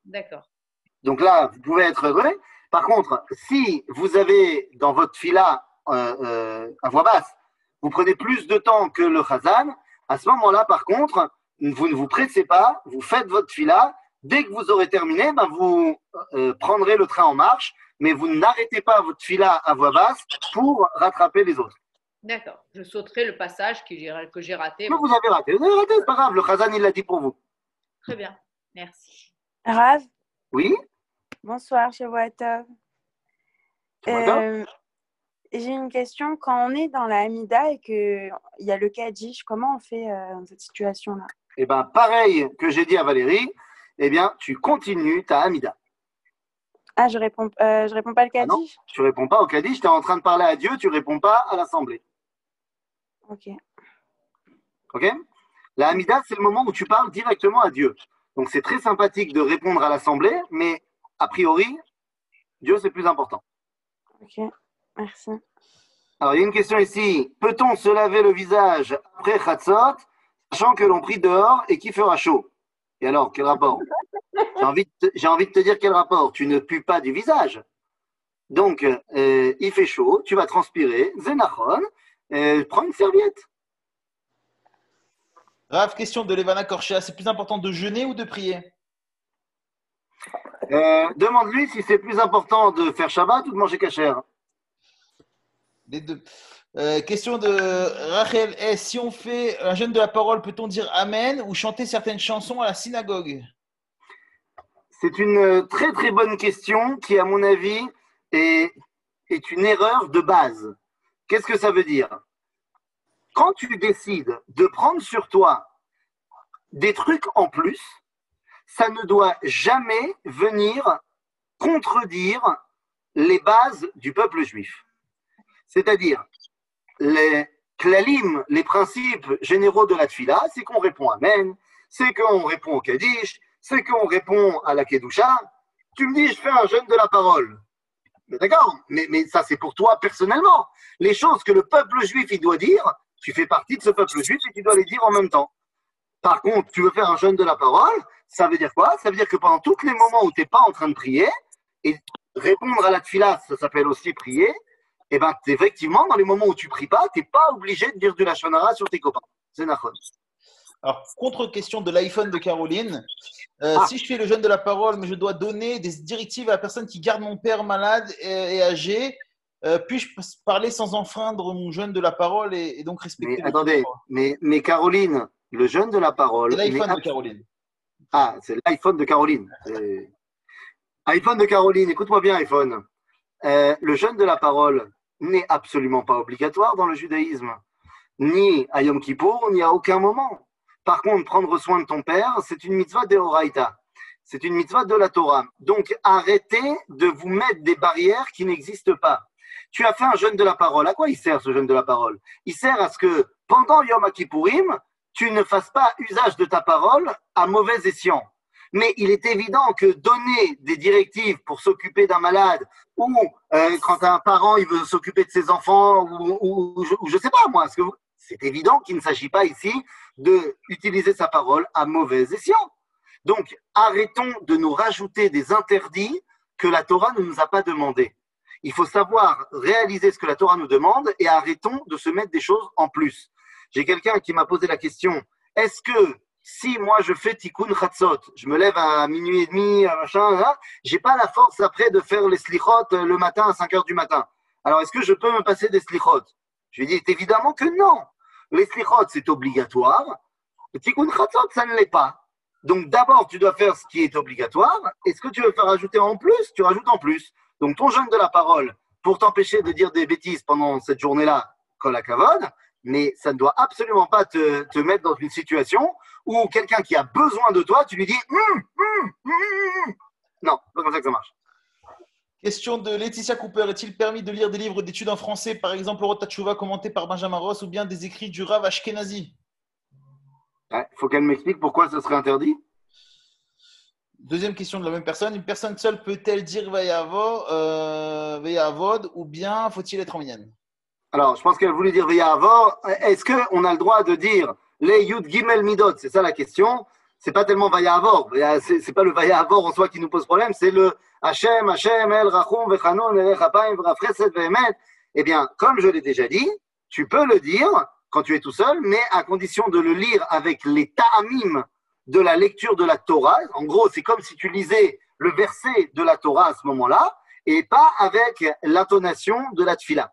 D'accord. Donc là, vous pouvez être heureux. Par contre, si vous avez dans votre fila euh, euh, à voix basse, vous prenez plus de temps que le chazan, à ce moment-là, par contre, vous ne vous pressez pas, vous faites votre fila. Dès que vous aurez terminé, ben vous euh, prendrez le train en marche, mais vous n'arrêtez pas votre fila à voix basse pour rattraper les autres. D'accord. Je sauterai le passage que j'ai, que j'ai raté. Mais vous avez raté, vous avez raté, c'est pas grave, le chazan, il l'a dit pour vous. Très bien, merci. Rav, Oui, bonsoir, Shavua Tov. Euh, j'ai une question. Quand on est dans la Hamida et qu'il y a le Kaddish, comment on fait euh, dans cette situation-là? Eh bien, pareil que j'ai dit à Valérie, eh bien, tu continues ta Hamida. Ah, je réponds, euh, je réponds pas le Ah non, Kaddish? tu réponds pas au Kaddish, tu es en train de parler à Dieu, tu réponds pas à l'Assemblée. Ok. Ok? La Hamida, c'est le moment où tu parles directement à Dieu. Donc, c'est très sympathique de répondre à l'Assemblée, mais a priori, Dieu, c'est plus important. Ok, merci. Alors, il y a une question ici. Peut-on se laver le visage après Chatzot, sachant que l'on prie dehors et qu'il fera chaud? Et alors, quel rapport? J'ai envie, de te, j'ai envie de te dire quel rapport. Tu ne pues pas du visage. Donc, euh, il fait chaud, tu vas transpirer, Zenachon, euh, prends une serviette. Rav, question de Levana Korcha. C'est plus important de jeûner ou de prier? Euh, demande-lui si c'est plus important de faire Shabbat ou de manger kasher. Les deux. Euh, question de Rachel. Eh, si on fait un jeûne de la parole, peut-on dire Amen ou chanter certaines chansons à la synagogue? C'est une très très bonne question qui, à mon avis, est, est une erreur de base. Qu'est-ce que ça veut dire? Quand tu décides de prendre sur toi des trucs en plus, ça ne doit jamais venir contredire les bases du peuple juif. C'est-à-dire, les klalim, les principes généraux de la tfila, c'est qu'on répond Amen, c'est qu'on répond au Kaddish, c'est qu'on répond à la Kedusha. Tu me dis, je fais un jeûne de la parole. Mais d'accord, mais, mais ça c'est pour toi personnellement. Les choses que le peuple juif il doit dire, tu fais partie de ce peuple juif et tu dois les dire en même temps. Par contre, tu veux faire un jeûne de la parole, ça veut dire quoi? Ça veut dire que pendant tous les moments où tu n'es pas en train de prier, et répondre à la tfila, ça s'appelle aussi prier, et bien effectivement, dans les moments où tu ne pries pas, tu n'es pas obligé de dire du Lashon Hara sur tes copains. C'est nachon. Alors, contre-question de l'iPhone de Caroline. Euh, Ah. Si je fais le jeûne de la parole, mais je dois donner des directives à la personne qui garde mon père malade et, et âgé, euh, puis-je parler sans enfreindre mon jeûne de la parole et, et donc respecter Mais le attendez, mais, mais Caroline, le jeûne de la parole. C'est l'iPhone mais... de Caroline. Ah, c'est l'iPhone de Caroline. C'est... iPhone de Caroline, écoute-moi bien, iPhone. Euh, le jeûne de la parole n'est absolument pas obligatoire dans le judaïsme, ni à Yom Kippour, ni à aucun moment. Par contre, prendre soin de ton père, c'est une mitzvah d'Eoraïta. C'est une mitzvah de la Torah. Donc, arrêtez de vous mettre des barrières qui n'existent pas. Tu as fait un jeûne de la parole. À quoi il sert ce jeûne de la parole? Il sert à ce que pendant Yom Kippourim, tu ne fasses pas usage de ta parole à mauvais escient. Mais il est évident que donner des directives pour s'occuper d'un malade ou euh, quand un parent il veut s'occuper de ses enfants ou, ou, ou, je, ou je sais pas moi, que c'est évident qu'il ne s'agit pas ici d'utiliser sa parole à mauvais escient. Donc arrêtons de nous rajouter des interdits que la Torah ne nous a pas demandé. Il faut savoir réaliser ce que la Torah nous demande et arrêtons de se mettre des choses en plus. J'ai quelqu'un qui m'a posé la question, est-ce que si moi je fais tikkun chatzot, je me lève à minuit et demi, machin, là, j'ai pas la force après de faire les slichot le matin à cinq heures du matin. Alors est-ce que je peux me passer des slichot? Je lui ai dit évidemment que non. Les slichot c'est obligatoire, le tikkun chatzot ça ne l'est pas. Donc d'abord tu dois faire ce qui est obligatoire, et ce que tu veux faire ajouter en plus, tu rajoutes en plus. Donc ton jeûne de la parole, pour t'empêcher de dire des bêtises pendant cette journée-là, kol hakavod, mais ça ne doit absolument pas te, te mettre dans une situation où quelqu'un qui a besoin de toi, tu lui dis hum, hum, hum. Non, c'est pas comme ça que ça marche. Question de Laetitia Cooper. Est-il permis de lire des livres d'études en français, par exemple le Rota Tshuva commenté par Benjamin Ross ou bien des écrits du Rav Ashkenazi? Il ouais, faut qu'elle m'explique pourquoi ça serait interdit. Deuxième question de la même personne. Une personne seule peut-elle dire Vayavod euh, ou bien faut-il être en minyan? Alors, je pense qu'elle voulait dire Vayavod. Est-ce qu'on a le droit de dire les Yud Gimel Midot? C'est ça la question. c'est pas tellement Vayavor. C'est, c'est pas le Vayavor en soi qui nous pose problème, c'est le Hachem, Hachem, El Rachum, Vechanon, El Chapaim, Vrafreset, Vehemet. Eh bien, comme je l'ai déjà dit, tu peux le dire quand tu es tout seul, mais à condition de le lire avec les ta'amim de la lecture de la Torah. En gros, c'est comme si tu lisais le verset de la Torah à ce moment-là, et pas avec l'intonation de la tfila.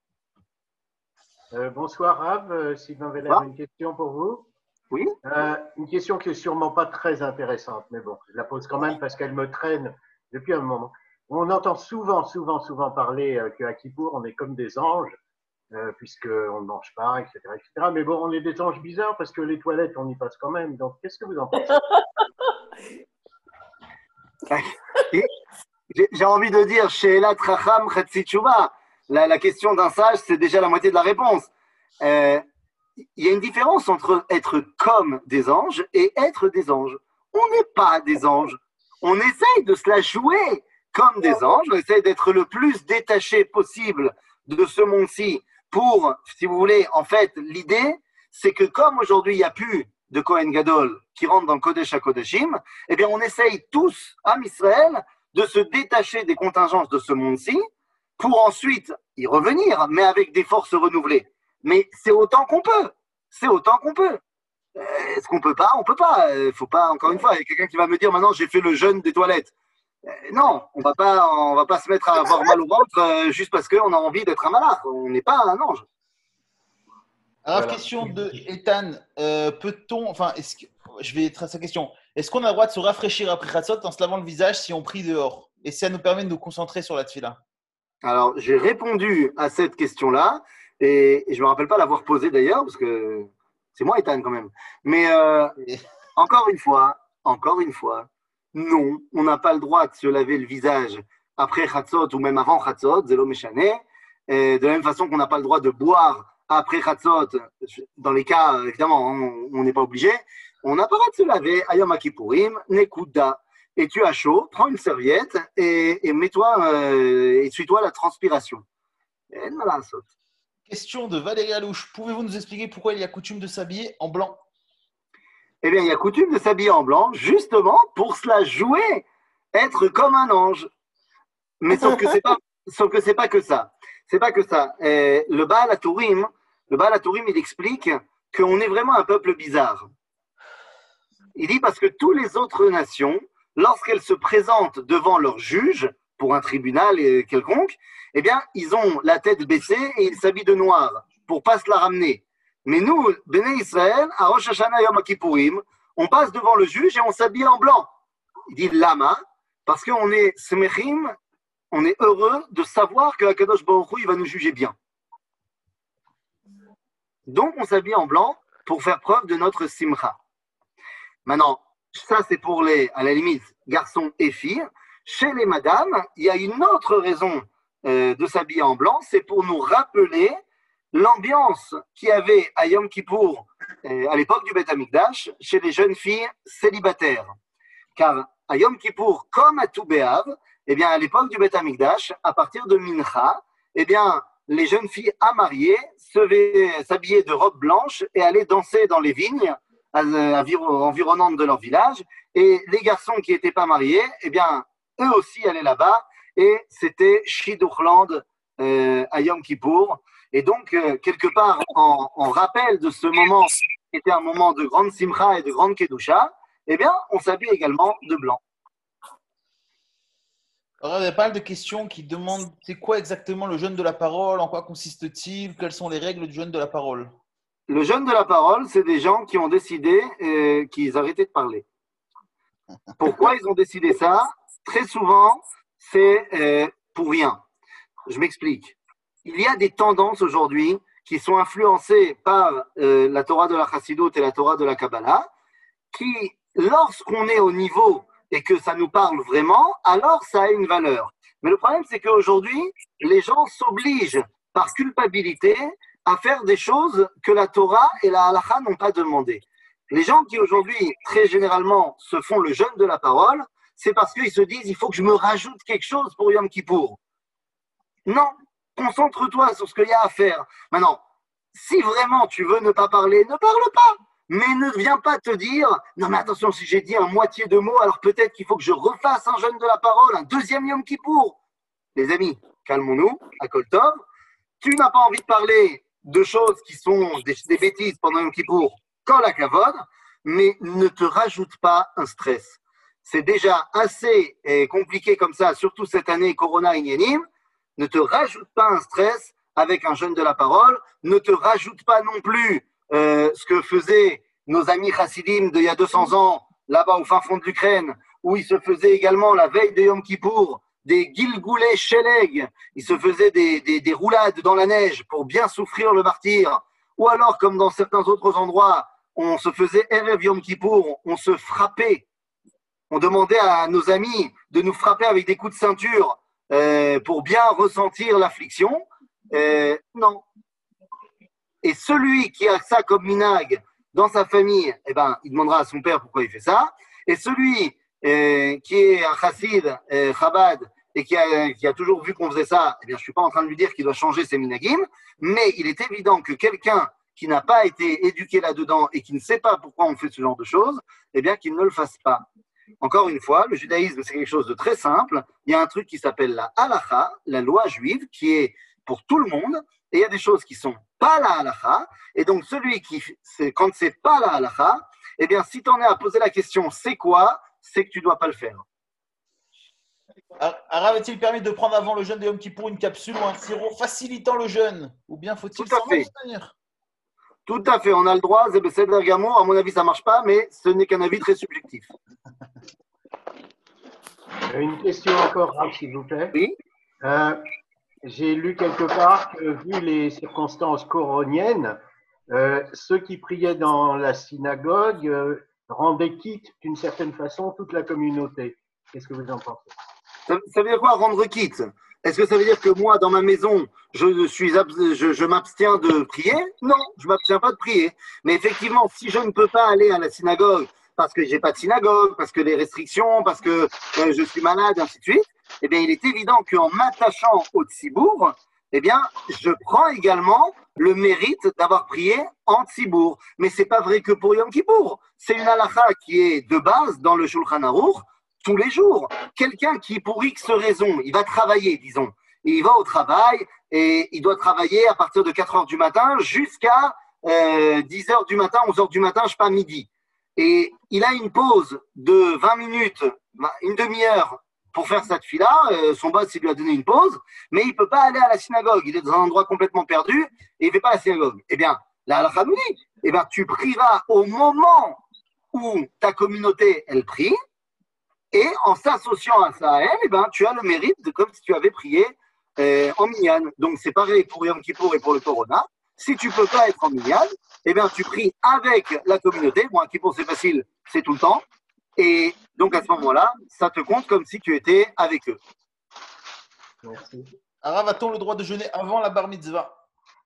Euh, bonsoir Rav, euh, Sylvain Veller, ah. Une question pour vous. Oui. Euh, une question qui est sûrement pas très intéressante, mais bon, je la pose quand même parce qu'elle me traîne depuis un moment. On entend souvent, souvent, souvent parler euh, qu'à Kippour, on est comme des anges, euh, puisqu'on ne mange pas, et cetera, et cetera. Mais bon, on est des anges bizarres parce que les toilettes, on y passe quand même. Donc, qu'est-ce que vous en pensez? J'ai envie de dire, She'elat Chacham Chetzi Tshuva, la, la question d'un sage, c'est déjà la moitié de la réponse. Euh, il y a une différence entre être comme des anges et être des anges. On n'est pas des anges. On essaye de se la jouer comme des anges. On essaye d'être le plus détaché possible de ce monde-ci pour, si vous voulez, en fait, l'idée, c'est que comme aujourd'hui, il n'y a plus de Kohen Gadol qui rentre dans le Kodesh HaKodeshim, eh bien, on essaye tous, à Israël, de se détacher des contingences de ce monde-ci pour ensuite y revenir, mais avec des forces renouvelées. Mais c'est autant qu'on peut. C'est autant qu'on peut. Est-ce qu'on peut pas? On peut pas. Il faut pas, encore une fois, il y a quelqu'un qui va me dire maintenant j'ai fait le jeûne des toilettes. Non, on va pas, on va pas se mettre à avoir mal au ventre juste parce qu'on a envie d'être un malach. On n'est pas un ange. Alors, voilà. Question de Ethan, euh, peut-on, enfin, est-ce que, je vais tracer sa question. Est-ce qu'on a le droit de se rafraîchir après Khatsot en se lavant le visage si on prie dehors? Et ça nous permet de nous concentrer sur la tefila? Alors, j'ai répondu à cette question-là. Et je ne me rappelle pas l'avoir posé d'ailleurs, parce que c'est moi, Ethan, quand même. Mais euh, encore une fois, encore une fois, non, on n'a pas le droit de se laver le visage après Khatsot ou même avant Khatsot, Zelo Meshane. De la même façon qu'on n'a pas le droit de boire après Khatsot, dans les cas, évidemment, on n'est pas obligé. On n'a pas le droit de se laver, Ayom Kippourim, Nekuda. Et tu as chaud, prends une serviette et, et mets-toi, euh, essuie-toi la transpiration. Et voilà, saute. Question de Valérie Alouche. Pouvez-vous nous expliquer pourquoi il y a coutume de s'habiller en blanc? Eh bien, il y a coutume de s'habiller en blanc, justement pour se la jouer, être comme un ange. Mais sauf que c'est pas, sauf que c'est pas que ça. C'est pas que ça. Et le Baal HaTurim, le Baal HaTurim, il explique qu'on est vraiment un peuple bizarre. Il dit parce que toutes les autres nations, lorsqu'elles se présentent devant leur juge pour un tribunal quelconque, eh bien, ils ont la tête baissée et ils s'habillent de noir pour pas se la ramener. Mais nous, Béné Israël, à Rosh Hashanah Yom Kippourim, on passe devant le juge et on s'habille en blanc. Il dit Lama, parce qu'on est smechim, on est heureux de savoir que Akadosh Baruch Hu, il va nous juger bien. Donc, on s'habille en blanc pour faire preuve de notre simcha. Maintenant, ça c'est pour les, à la limite, garçons et filles. Chez les madames, il y a une autre raison euh, de s'habiller en blanc, c'est pour nous rappeler l'ambiance qu'il y avait à Yom Kippour, euh, à l'époque du Beth Amikdash, chez les jeunes filles célibataires. Car à Yom Kippour, comme à Tou B'Av, eh bien, à l'époque du Beth Amikdash, à partir de Mincha, eh bien, les jeunes filles à marier s'habillaient de robes blanches et allaient danser dans les vignes environnantes de leur village. Et les garçons qui n'étaient pas mariés, eh bien, eux aussi allaient là-bas. Et c'était Shidduchland euh, à Yom Kippour. Et donc, euh, quelque part, en, en rappel de ce moment qui était un moment de grande simcha et de grande kedusha, eh bien, on s'habille également de blanc. Alors, il y a pas mal de questions qui demandent c'est quoi exactement le jeûne de la parole, en quoi consiste-t-il, quelles sont les règles du jeûne de la parole? Le jeûne de la parole, c'est des gens qui ont décidé euh, qu'ils arrêtaient de parler. Pourquoi ils ont décidé ça? Très souvent, c'est euh, pour rien. Je m'explique. Il y a des tendances aujourd'hui qui sont influencées par euh, la Torah de la Chassidoute et la Torah de la Kabbalah, qui, lorsqu'on est au niveau et que ça nous parle vraiment, alors ça a une valeur. Mais le problème, c'est qu'aujourd'hui, les gens s'obligent par culpabilité à faire des choses que la Torah et la Halakha n'ont pas demandé. Les gens qui aujourd'hui, très généralement, se font le jeûne de la parole, c'est parce qu'ils se disent, il faut que je me rajoute quelque chose pour Yom Kippour. Non, concentre-toi sur ce qu'il y a à faire. Maintenant, si vraiment tu veux ne pas parler, ne parle pas. Mais ne viens pas te dire, non mais attention, si j'ai dit un moitié de mot, alors peut-être qu'il faut que je refasse un jeûne de la parole, un deuxième Yom Kippour. Les amis, calmons-nous, à Kol Tov. Tu n'as pas envie de parler de choses qui sont des, des bêtises pendant Yom Kippour, Kol HaKavod, mais ne te rajoute pas un stress. C'est déjà assez eh, compliqué comme ça, surtout cette année Corona Inyanim. Ne te rajoute pas un stress avec un jeûne de la parole. Ne te rajoute pas non plus euh, ce que faisaient nos amis chassidim d'il y a deux cents ans, là-bas au fin fond de l'Ukraine, où ils se faisaient également la veille de Yom Kippour des gilgoulé sheleg. Ils se faisaient des, des, des roulades dans la neige pour bien souffrir le martyre. Ou alors, comme dans certains autres endroits, on se faisait Erev Yom Kippour, on se frappait. On demandait à nos amis de nous frapper avec des coups de ceinture euh, pour bien ressentir l'affliction. Euh, non. Et celui qui a ça comme minag dans sa famille, eh ben, il demandera à son père pourquoi il fait ça. Et celui euh, qui est un chassid, euh, Chabad, et qui a, qui a toujours vu qu'on faisait ça, eh bien, je ne suis pas en train de lui dire qu'il doit changer ses minagim, mais il est évident que quelqu'un qui n'a pas été éduqué là-dedans et qui ne sait pas pourquoi on fait ce genre de choses, eh bien, qu'il ne le fasse pas. Encore une fois, le judaïsme, c'est quelque chose de très simple. Il y a un truc qui s'appelle la halacha, la loi juive, qui est pour tout le monde. Et il y a des choses qui sont pas la halacha. Et donc, celui qui, c'est, quand c'est pas la halacha, eh bien, si tu en es à poser la question, c'est quoi? C'est que tu dois pas le faire. Arav, est-il permis de prendre avant le jeûne de Yom Kippour une capsule ou un sirop facilitant le jeûne? Ou bien faut-il s'en abstenir? Tout à fait, on a le droit, c'est Besséder Gamour. À mon avis, ça ne marche pas, mais ce n'est qu'un avis très subjectif. Une question encore, s'il vous plaît. Oui. Euh, j'ai lu quelque part que, vu les circonstances coroniennes, euh, ceux qui priaient dans la synagogue euh, rendaient quitte, d'une certaine façon, toute la communauté. Qu'est-ce que vous en pensez? Ça, ça veut dire quoi, rendre quitte? Est-ce que ça veut dire que moi, dans ma maison, je, suis, je, je m'abstiens de prier? Non, je ne m'abstiens pas de prier. Mais effectivement, si je ne peux pas aller à la synagogue parce que je n'ai pas de synagogue, parce que les restrictions, parce que euh, je suis malade, ainsi de suite, eh bien, il est évident qu'en m'attachant au tzibour, eh bien, je prends également le mérite d'avoir prié en tzibour. Mais ce n'est pas vrai que pour Yom Kippour. C'est une halakha qui est de base dans le Shulchan Aruch, tous les jours. Quelqu'un qui, pour X raison, il va travailler, disons, et il va au travail et il doit travailler à partir de quatre heures du matin jusqu'à euh, dix heures du matin, onze heures du matin, je sais pas, midi. Et il a une pause de vingt minutes, une demi-heure pour faire cette fila. Euh, son boss, il lui a donné une pause, mais il peut pas aller à la synagogue. Il est dans un endroit complètement perdu et il fait pas la synagogue. Eh bien, la halakha nous dit, eh bien, tu prieras au moment où ta communauté, elle prie. Et en s'associant à ça à elle, eh ben, tu as le mérite de comme si tu avais prié euh, en minyan. Donc, c'est pareil pour Yom Kippour et pour le Corona. Si tu ne peux pas être en minyan, eh ben, tu pries avec la communauté. Bon, un Kippour, c'est facile, c'est tout le temps. Et donc, à ce moment-là, ça te compte comme si tu étais avec eux. Merci. Arav, a-t-on le droit de jeûner avant la bar mitzvah?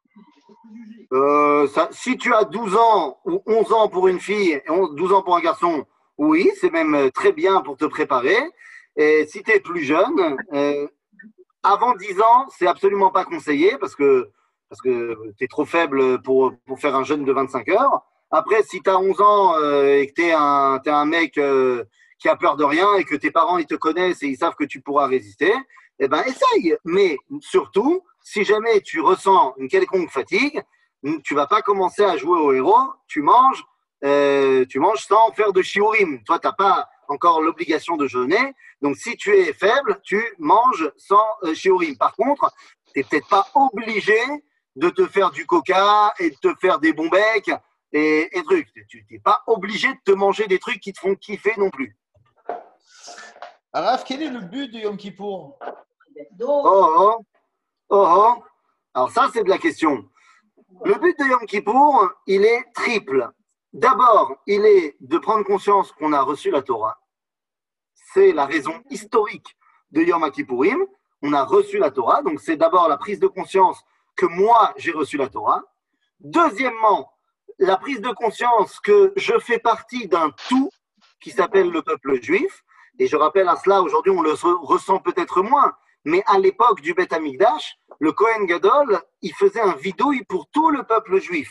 euh, ça, Si tu as douze ans ou onze ans pour une fille et douze ans pour un garçon, oui, c'est même très bien pour te préparer. Et si tu es plus jeune, euh, avant dix ans, c'est absolument pas conseillé parce que, parce que tu es trop faible pour, pour faire un jeûne de vingt-cinq heures. Après, si tu as onze ans euh, et que tu es un, t'es un mec euh, qui a peur de rien et que tes parents ils te connaissent et ils savent que tu pourras résister, eh ben essaye. Mais surtout, si jamais tu ressens une quelconque fatigue, tu vas pas commencer à jouer au héros, tu manges. Euh, tu manges sans faire de shiurim. Toi, tu n'as pas encore l'obligation de jeûner. Donc, si tu es faible, tu manges sans euh, shiurim. Par contre, tu n'es peut-être pas obligé de te faire du coca et de te faire des bons becs et, et trucs. Tu n'es pas obligé de te manger des trucs qui te font kiffer non plus. Arav, quel est le but de Yom Kippour? Oh, oh, oh, oh. Alors ça, c'est de la question. Le but de Yom Kippour, il est triple. D'abord, il est de prendre conscience qu'on a reçu la Torah. C'est la raison historique de Yom Kippourim. On a reçu la Torah, donc c'est d'abord la prise de conscience que moi, j'ai reçu la Torah. Deuxièmement, la prise de conscience que je fais partie d'un tout qui s'appelle le peuple juif. Et je rappelle à cela, aujourd'hui, on le ressent peut-être moins, mais à l'époque du Beth Amikdash, le Kohen Gadol, il faisait un vidouille pour tout le peuple juif.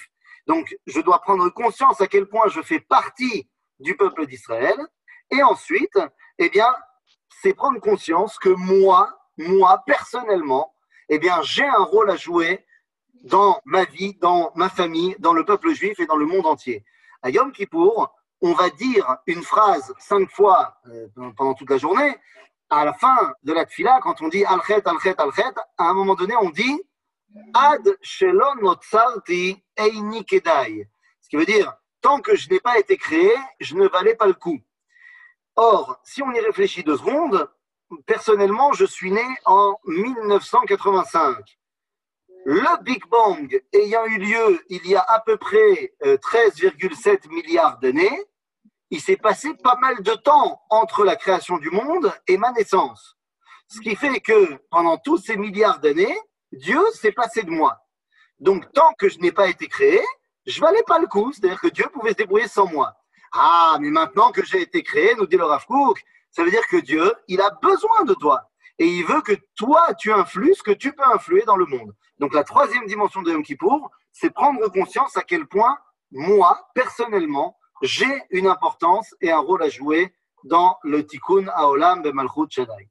Donc, je dois prendre conscience à quel point je fais partie du peuple d'Israël. Et ensuite, eh bien, c'est prendre conscience que moi, moi, personnellement, eh bien, j'ai un rôle à jouer dans ma vie, dans ma famille, dans le peuple juif et dans le monde entier. À Yom Kippour, on va dire une phrase cinq fois euh, pendant toute la journée. À la fin de la tfila, quand on dit Al-Chet, Al-Chet, Al-Chet, à un moment donné, on dit Ad shelon notzarti eini kedai. Ce qui veut dire, tant que je n'ai pas été créé, je ne valais pas le coup. Or, si on y réfléchit deux secondes, personnellement, je suis né en mille neuf cent quatre-vingt-cinq. Le Big Bang ayant eu lieu il y a à peu près treize virgule sept milliards d'années, il s'est passé pas mal de temps entre la création du monde et ma naissance. Ce qui fait que pendant tous ces milliards d'années, Dieu s'est passé de moi. Donc, tant que je n'ai pas été créé, je valais pas le coup. C'est-à-dire que Dieu pouvait se débrouiller sans moi. Ah, mais maintenant que j'ai été créé, nous dit le Rav Kook, ça veut dire que Dieu, il a besoin de toi. Et il veut que toi, tu influes ce que tu peux influer dans le monde. Donc, la troisième dimension de Yom Kippour, c'est prendre conscience à quel point, moi, personnellement, j'ai une importance et un rôle à jouer dans le Tikkun Haolam Bemalchut Shaddai.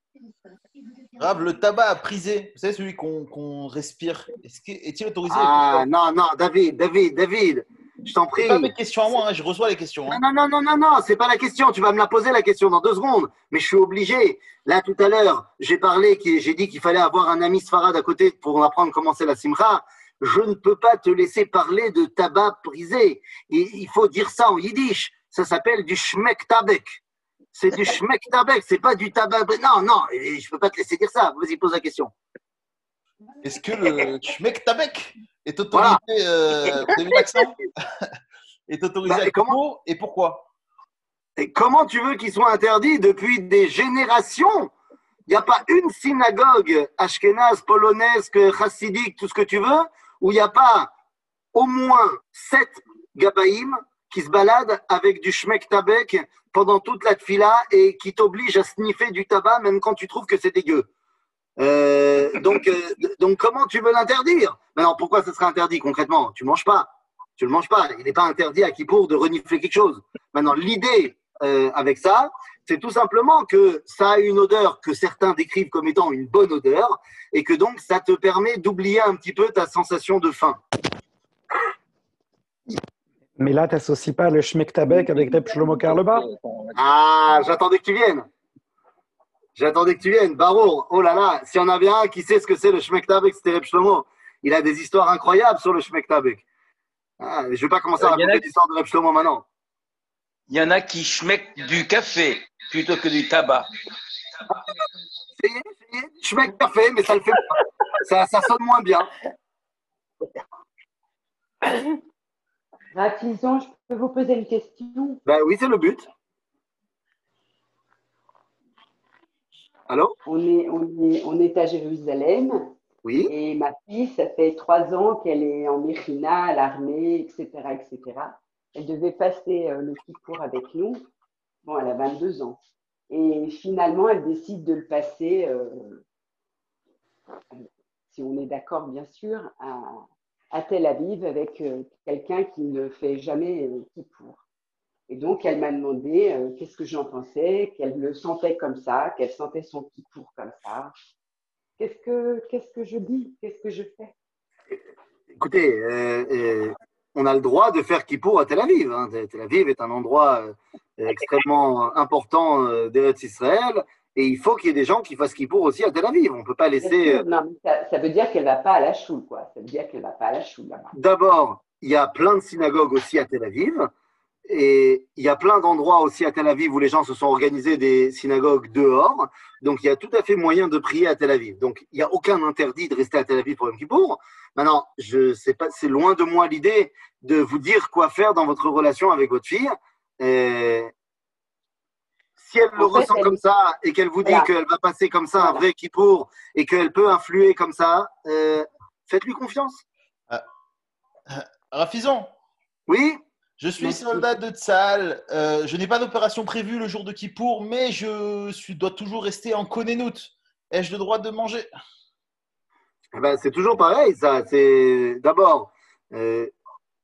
Rav, le tabac à priser, vous savez, celui qu'on qu'on respire, est-ce que- est-il autorisé? Ah, non, non, David, David, David, je t'en prie. C'est pas mes questions à moi, hein, je reçois les questions. hein. Non, non, non, non, non, non, c'est pas la question. Tu vas me la poser la question dans deux secondes. Mais je suis obligé. Là, tout à l'heure, j'ai parlé, qui- j'ai dit qu'il fallait avoir un ami sfarad à côté pour apprendre comment c'est la simcha. Je ne peux pas te laisser parler de tabac prisé. Et il faut dire ça en yiddish. Ça s'appelle du shmek tabek. C'est du shmek tabek, c'est pas du tabac. Non, non, je peux pas te laisser dire ça. Vas-y, pose la question. Est-ce que le Shmek Tabek est autorisé, euh, vous avez vu l'accent est autorisé Bah, à et comment- Kippour et pourquoi? Et comment tu veux qu'il soit interdit depuis des générations? Il n'y a pas une synagogue ashkénaze, polonaise, que chassidique, tout ce que tu veux, où il n'y a pas au moins sept gabaïm qui se baladent avec du shmek tabek pendant toute la tfila et qui t'obligent à sniffer du tabac même quand tu trouves que c'est dégueu. Euh, donc, euh, donc, comment tu veux l'interdire? Maintenant, pourquoi ce serait interdit concrètement? Tu ne manges pas. Tu ne le manges pas. Il n'est pas interdit à Kippour de renifler quelque chose. Maintenant, l'idée euh, avec ça, c'est tout simplement que ça a une odeur que certains décrivent comme étant une bonne odeur et que donc ça te permet d'oublier un petit peu ta sensation de faim. Mais là, tu n'associes pas le Shmek Tabek avec Reb Shlomo Karleba? Ah, j'attendais que tu viennes. J'attendais que tu viennes. Barour, oh là là, s'il y en avait un qui sait ce que c'est le Shmek Tabek, c'était Reb Shlomo. Il a des histoires incroyables sur le Shmek Tabek. Ah, je ne vais pas commencer à Euh, il y en a raconter qui- l'histoire de Reb Shlomo maintenant. Il y en a qui schmeckent du café plutôt que du tabac. Essayez, essayez. Shmek Café, mais ça le fait pas. Ça, ça sonne moins bien. Rapidement, je peux vous poser une question? Ben oui, c'est le but. Allô? On est, on est, on est à Jérusalem Oui. et ma fille, ça fait trois ans qu'elle est en Mechina, à l'armée, et cetera, et cetera. Elle devait passer euh, le Kippour avec nous. Bon, elle a vingt-deux ans. Et finalement, elle décide de le passer, euh, si on est d'accord, bien sûr, à, à Tel Aviv avec euh, quelqu'un qui ne fait jamais euh, Kippour. Et donc, elle m'a demandé euh, qu'est-ce que j'en pensais, qu'elle le sentait comme ça, qu'elle sentait son Kippour comme ça. Qu'est-ce que, qu'est-ce que je dis? Qu'est-ce que je fais? Écoutez, euh, euh, on a le droit de faire Kippour à Tel Aviv. hein. Tel Aviv est un endroit euh, extrêmement important euh, d'Eretz Israël et il faut qu'il y ait des gens qui fassent Kippour aussi à Tel Aviv. On ne peut pas Bien laisser. sûr, non, mais ça, ça veut dire qu'elle ne va pas à la choule, quoi. Ça veut dire qu'elle ne va pas à la choule là-bas. D'abord, il y a plein de synagogues aussi à Tel Aviv. Et il y a plein d'endroits aussi à Tel Aviv où les gens se sont organisés des synagogues dehors. Donc, il y a tout à fait moyen de prier à Tel Aviv. Donc, il n'y a aucun interdit de rester à Tel Aviv pour Yom Kippour. Maintenant, je sais pas, c'est loin de moi l'idée de vous dire quoi faire dans votre relation avec votre fille. Et si elle le En fait, ressent elle- comme ça et qu'elle vous dit Voilà. qu'elle va passer comme ça un Voilà. vrai Kippour et qu'elle peut influer comme ça, euh, faites-lui confiance. Rafizon, Oui? je suis Merci. soldat de Tsahal. Euh, je n'ai pas d'opération prévue le jour de Kippour, mais je suis, dois toujours rester en Konenout. Ai-je le droit de manger? Eh ben, c'est toujours pareil, ça. C'est d'abord, euh,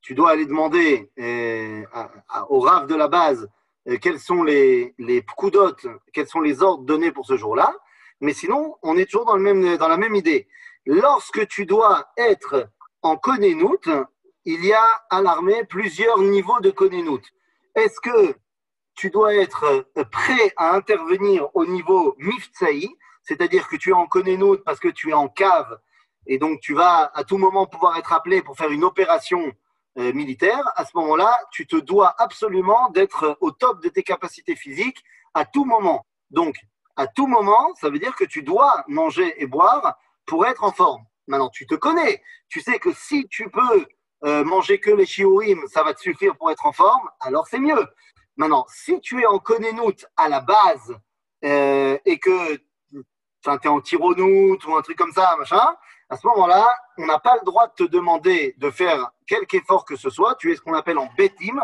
tu dois aller demander euh, à, à, au Rav de la base euh, quels sont les, les pkudotes, quels sont les ordres donnés pour ce jour-là. Mais sinon, on est toujours dans, le même, dans la même idée. Lorsque tu dois être en Konenout, il y a à l'armée plusieurs niveaux de Konenout. Est-ce que tu dois être prêt à intervenir au niveau Miftsai, c'est-à-dire que tu es en Konenout parce que tu es en cave et donc tu vas à tout moment pouvoir être appelé pour faire une opération euh, militaire. À ce moment-là, tu te dois absolument d'être au top de tes capacités physiques à tout moment. Donc, à tout moment, ça veut dire que tu dois manger et boire pour être en forme. Maintenant, tu te connais. Tu sais que si tu peux euh, manger que les shiurim, ça va te suffire pour être en forme, alors c'est mieux. Maintenant, si tu es en Konenout à la base euh, et que enfin, tu es en Tironout ou un truc comme ça, machin, à ce moment-là, on n'a pas le droit de te demander de faire quelque effort que ce soit. Tu es ce qu'on appelle en betim,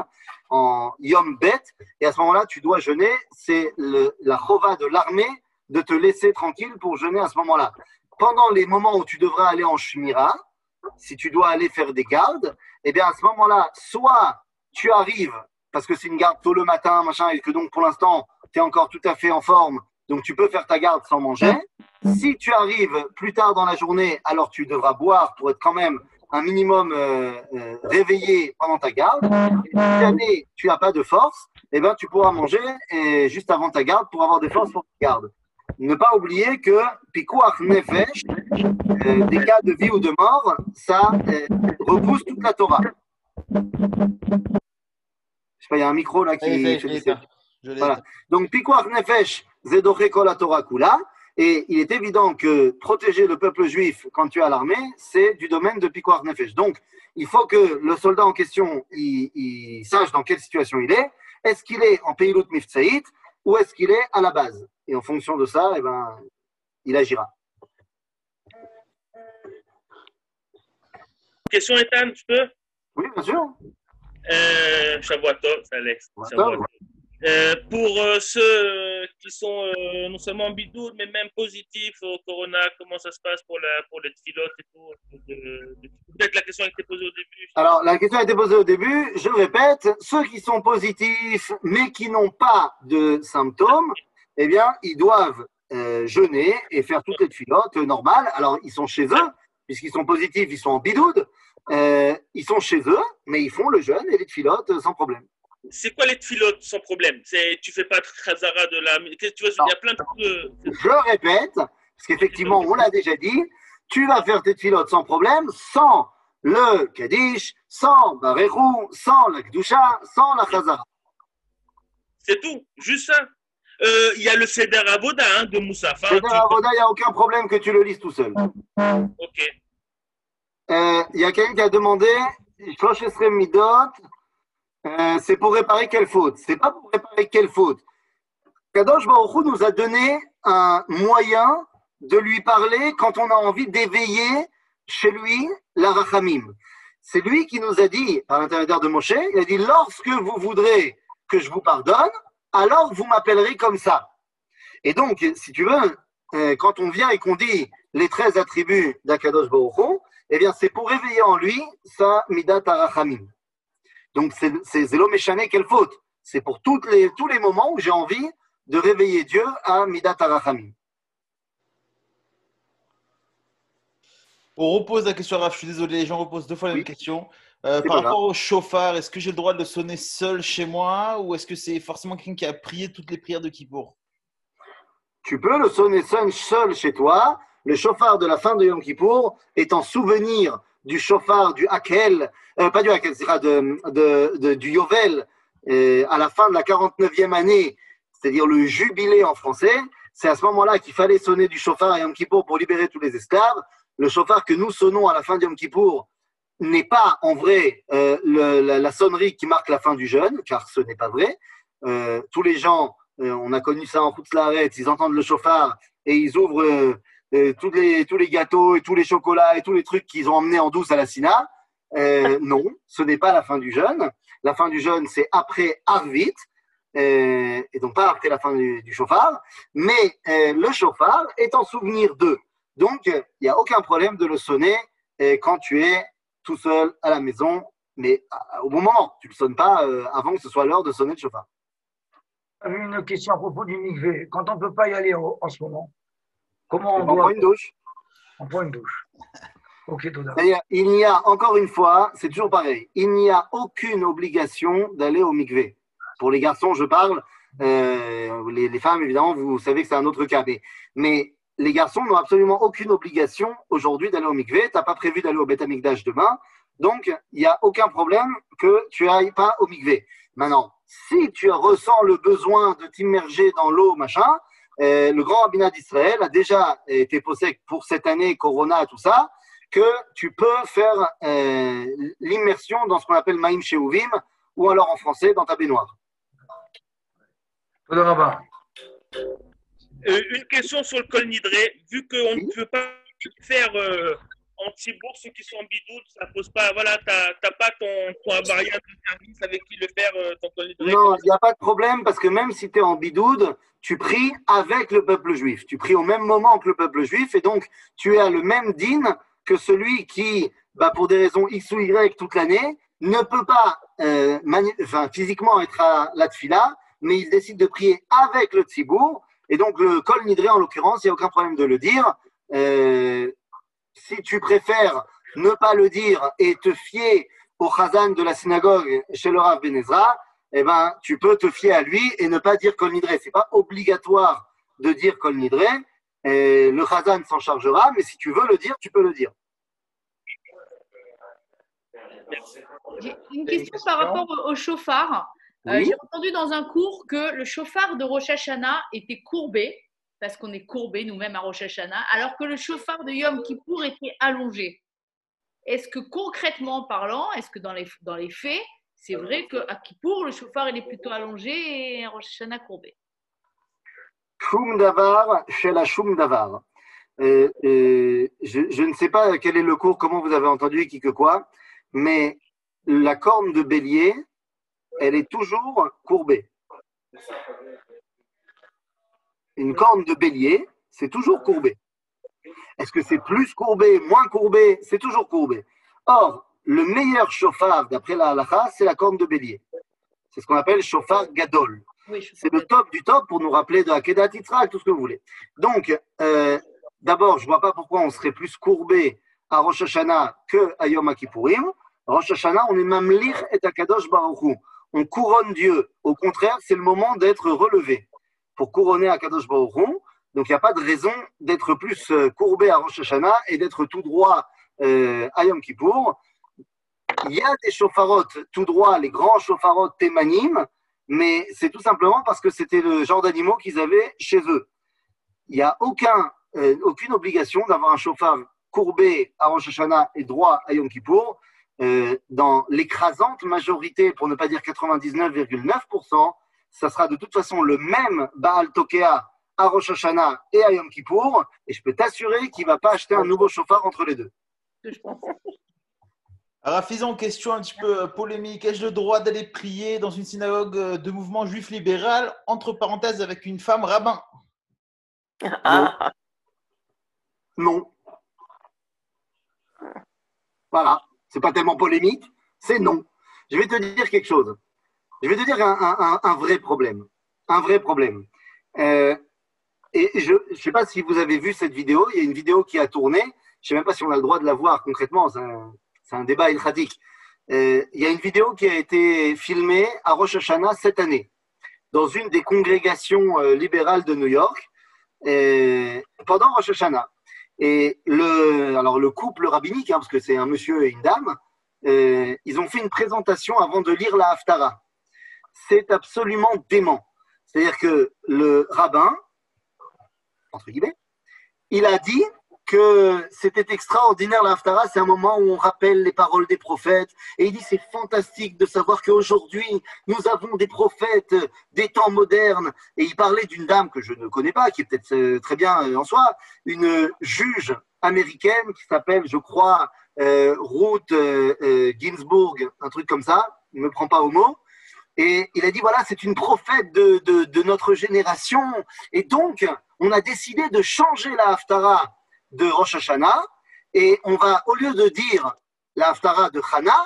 en yom bet, et à ce moment-là, tu dois jeûner. C'est le, la chova de l'armée de te laisser tranquille pour jeûner à ce moment-là. Pendant les moments où tu devras aller en shmira, si tu dois aller faire des gardes, eh bien à ce moment-là, soit tu arrives, parce que c'est une garde tôt le matin, machin, et que donc pour l'instant, tu es encore tout à fait en forme, donc tu peux faire ta garde sans manger. Si tu arrives plus tard dans la journée, alors tu devras boire pour être quand même un minimum euh, euh, réveillé pendant ta garde. Et si jamais tu n'as pas de force, eh ben, tu pourras manger et juste avant ta garde pour avoir des forces pour ta garde. Ne pas oublier que Pikuach Nefesh, euh, des cas de vie ou de mort, ça euh, repousse toute la Torah. Je sais pas, il y a un micro là qui oui, fait oui, des... Voilà. Donc Pikuach Nefesh, Zedoche Kol HaTorah Kula. Et il est évident que protéger le peuple juif quand tu es à l'armée, c'est du domaine de Pikuach Nefesh. Donc, il faut que le soldat en question il, il sache dans quelle situation il est. Est-ce qu'il est en Peilut Miftsaït ou est-ce qu'il est à la base? Et en fonction de ça, eh ben, il agira. Question, Ethan, tu peux? Oui, bien sûr. Euh, Shavuatov, c'est Alex. Shavuatov. Euh, pour euh, ceux qui sont euh, non seulement en bidoud, mais même positifs au corona, comment ça se passe pour, la, pour les tfilotes et tout? de, de, Peut-être la question a été posée au début. Alors, la question a été posée au début. Je répète, ceux qui sont positifs, mais qui n'ont pas de symptômes, eh bien, ils doivent euh, jeûner et faire toutes les tfilotes normales. Alors, ils sont chez eux, puisqu'ils sont positifs, ils sont en bidoud. Euh, ils sont chez eux, mais ils font le jeûne et les tfilotes sans problème. C'est quoi les tfilotes sans problème? C'est, tu fais pas de khazara de la... Tu vois, il y a plein de... Je répète, parce qu'effectivement, on l'a déjà dit, tu vas faire tes tfilotes sans problème, sans le Kaddish, sans Barechou, sans la Kdusha, sans la khazara. C'est tout, juste ça. Il euh, y a le Seder Avoda hein, de Moussafa. Seder tu... Avoda, il n'y a aucun problème que tu le lises tout seul. Ok. Il euh, y a quelqu'un qui a demandé, Shosh Esrei Midot, Euh, c'est pour réparer quelle faute? C'est pas pour réparer quelle faute. Kadosh Baruch Hu nous a donné un moyen de lui parler quand on a envie d'éveiller chez lui la Rachamim. C'est lui qui nous a dit, par l'intermédiaire de Moshe, il a dit, lorsque vous voudrez que je vous pardonne, alors vous m'appellerez comme ça. Et donc, si tu veux, euh, quand on vient et qu'on dit les treize attributs d'Akadosh Baruch Hu, eh bien, c'est pour réveiller en lui sa Midat HaRachamim. Donc, c'est, c'est Zélo Méchané, quelle faute? C'est pour toutes les, tous les moments où j'ai envie de réveiller Dieu à Midat HaRachamim. On repose la question, Raph. Je suis désolé, les gens reposent deux fois la oui. même question. Euh, par rapport grave. au chauffard, est-ce que j'ai le droit de le sonner seul chez moi ou est-ce que c'est forcément quelqu'un qui a prié toutes les prières de Kippour? Tu peux le sonner seul chez toi. Le chauffard de la fin de Yom Kippour est en souvenir du chauffard du Hakel, euh, pas du Hakel, c'est de, de, de, du Yovel, euh, à la fin de la quarante-neuvième année, c'est-à-dire le jubilé en français. C'est à ce moment-là qu'il fallait sonner du chauffard à Yom Kippour pour libérer tous les esclaves. Le chauffard que nous sonnons à la fin de Yom Kippour n'est pas en vrai euh, le, la, la sonnerie qui marque la fin du jeûne, car ce n'est pas vrai. Euh, tous les gens, euh, on a connu ça en Chutz Laaretz, ils entendent le chauffard et ils ouvrent euh, euh, tous, les, tous les gâteaux et tous les chocolats et tous les trucs qu'ils ont emmenés en douce à la Sina. Euh, non, ce n'est pas la fin du jeûne. La fin du jeûne, c'est après Arvit, euh, et donc pas après la fin du, du chauffard, mais euh, le chauffard est en souvenir d'eux. Donc, il n'y a aucun problème de le sonner euh, quand tu es tout seul à la maison mais au bon moment. Tu ne le sonnes pas euh, avant que ce soit l'heure de sonner le chauffard. J'avais une question à propos du mikvé. Quand on ne peut pas y aller en, en ce moment, comment on, on doit… prend une douche. On prend une douche. Ok, Toda. Il n'y a, encore une fois, c'est toujours pareil, il n'y a aucune obligation d'aller au mikvé. Pour les garçons, je parle, euh, les, les femmes, évidemment, vous savez que c'est un autre cas. Mais, mais les garçons n'ont absolument aucune obligation aujourd'hui d'aller au mikvé. Tu n'as pas prévu d'aller au Beth Amikdash demain. Donc, il n'y a aucun problème que tu n'ailles pas au mikvé. Maintenant, si tu ressens le besoin de t'immerger dans l'eau, machin, euh, le grand rabbinat d'Israël a déjà été posé pour cette année, Corona, tout ça, que tu peux faire euh, l'immersion dans ce qu'on appelle Maïm Sheuvim, ou alors en français, dans ta baignoire. Euh, une question sur le col nidré. Vu qu'on ne peut pas faire euh, en Tzibourg, ceux qui sont en bidoute, ça pose pas. Voilà, tu n'as pas ton, ton abarien de service avec qui le faire, euh, ton col nidré. Non, il n'y a pas de problème parce que même si tu es en bidoude, tu pries avec le peuple juif. Tu pries au même moment que le peuple juif et donc tu as le même din que celui qui, bah, pour des raisons X ou Y toute l'année, ne peut pas euh, enfin, physiquement être à la tfila, mais il décide de prier avec le tzibour. Et donc, le kol nidré, en l'occurrence, il n'y a aucun problème de le dire. Euh, si tu préfères ne pas le dire et te fier au chazan de la synagogue chez le Rav Ben Ezra, eh ben, tu peux te fier à lui et ne pas dire kol nidré. Ce n'est pas obligatoire de dire kol nidré. Et le chazan s'en chargera, mais si tu veux le dire, tu peux le dire. J'ai une question par rapport au chauffard. Euh, Oui. J'ai entendu dans un cours que le chauffard de Rosh Hashanah était courbé, parce qu'on est courbé nous-mêmes à Rosh Hashanah, alors que le chauffard de Yom Kippour était allongé. Est-ce que concrètement parlant, est-ce que dans les, dans les faits, c'est vrai qu'à Kippour, le chauffard il est plutôt allongé et à Rosh Hashanah courbé? Shum davar chez la shum davar. Euh, euh, je, je ne sais pas quel est le cours, comment vous avez entendu, qui que quoi, mais la corne de bélier, elle est toujours courbée. Une corne de bélier, c'est toujours courbé. Est-ce que c'est plus courbé, moins courbé? C'est toujours courbé. Or, le meilleur chauffard, d'après la halakha, c'est la corne de bélier. C'est ce qu'on appelle chauffard gadol. Oui, c'est le top du top pour nous rappeler de Akedat Yitzhak, tout ce que vous voulez. Donc, euh, d'abord, je ne vois pas pourquoi on serait plus courbé à Rosh Hashanah qu'à Yom Kippourim. Rosh Hashanah, on est mamlich et Akadosh Baruch Hu. On couronne Dieu. Au contraire, c'est le moment d'être relevé pour couronner Akadosh Baruch Hu. Donc, il n'y a pas de raison d'être plus courbé à Rosh Hashanah et d'être tout droit euh, à Yom Kippour. Il y a des chauffarot tout droit, les grands chauffarot témanim, mais c'est tout simplement parce que c'était le genre d'animaux qu'ils avaient chez eux. Il n'y a aucun, euh, aucune obligation d'avoir un chauffard courbé à Rosh Hashanah et droit à Yom Kippour. Euh, dans l'écrasante majorité, pour ne pas dire quatre-vingt-dix-neuf virgule neuf pour cent, ça sera de toute façon le même Baal Tokea à Rosh Hashanah et à Yom Kippour, et je peux t'assurer qu'il ne va pas acheter un nouveau chauffard entre les deux. Alors, faisons une question un petit peu polémique. Ai-je le droit d'aller prier dans une synagogue de mouvement juif libéral, entre parenthèses, avec une femme rabbin? Non. Non. Voilà. C'est pas tellement polémique, c'est non. Je vais te dire quelque chose. Je vais te dire un, un, un vrai problème. Un vrai problème. Euh, et je ne sais pas si vous avez vu cette vidéo. Il y a une vidéo qui a tourné. Je ne sais même pas si on a le droit de la voir concrètement. C'est un, c'est un débat ilchatique. Euh, il y a une vidéo qui a été filmée à Rosh Hashanah cette année, dans une des congrégations euh, libérales de New York, euh, pendant Rosh Hashanah. Et le, alors le couple rabbinique, hein, parce que c'est un monsieur et une dame, euh, ils ont fait une présentation avant de lire la Haftara. C'est absolument dément. C'est-à-dire que le rabbin, entre guillemets, il a dit que c'était extraordinaire la Haftara, c'est un moment où on rappelle les paroles des prophètes, et il dit c'est fantastique de savoir qu'aujourd'hui nous avons des prophètes des temps modernes, et il parlait d'une dame que je ne connais pas, qui est peut-être très bien en soi, une juge américaine qui s'appelle, je crois, euh, Ruth euh, euh, Ginsburg, un truc comme ça, il ne me prend pas au mot, et il a dit voilà, c'est une prophète de, de, de notre génération, et donc on a décidé de changer la Haftara de Rosh Hashanah, et on va, au lieu de dire la Haftara de Chana,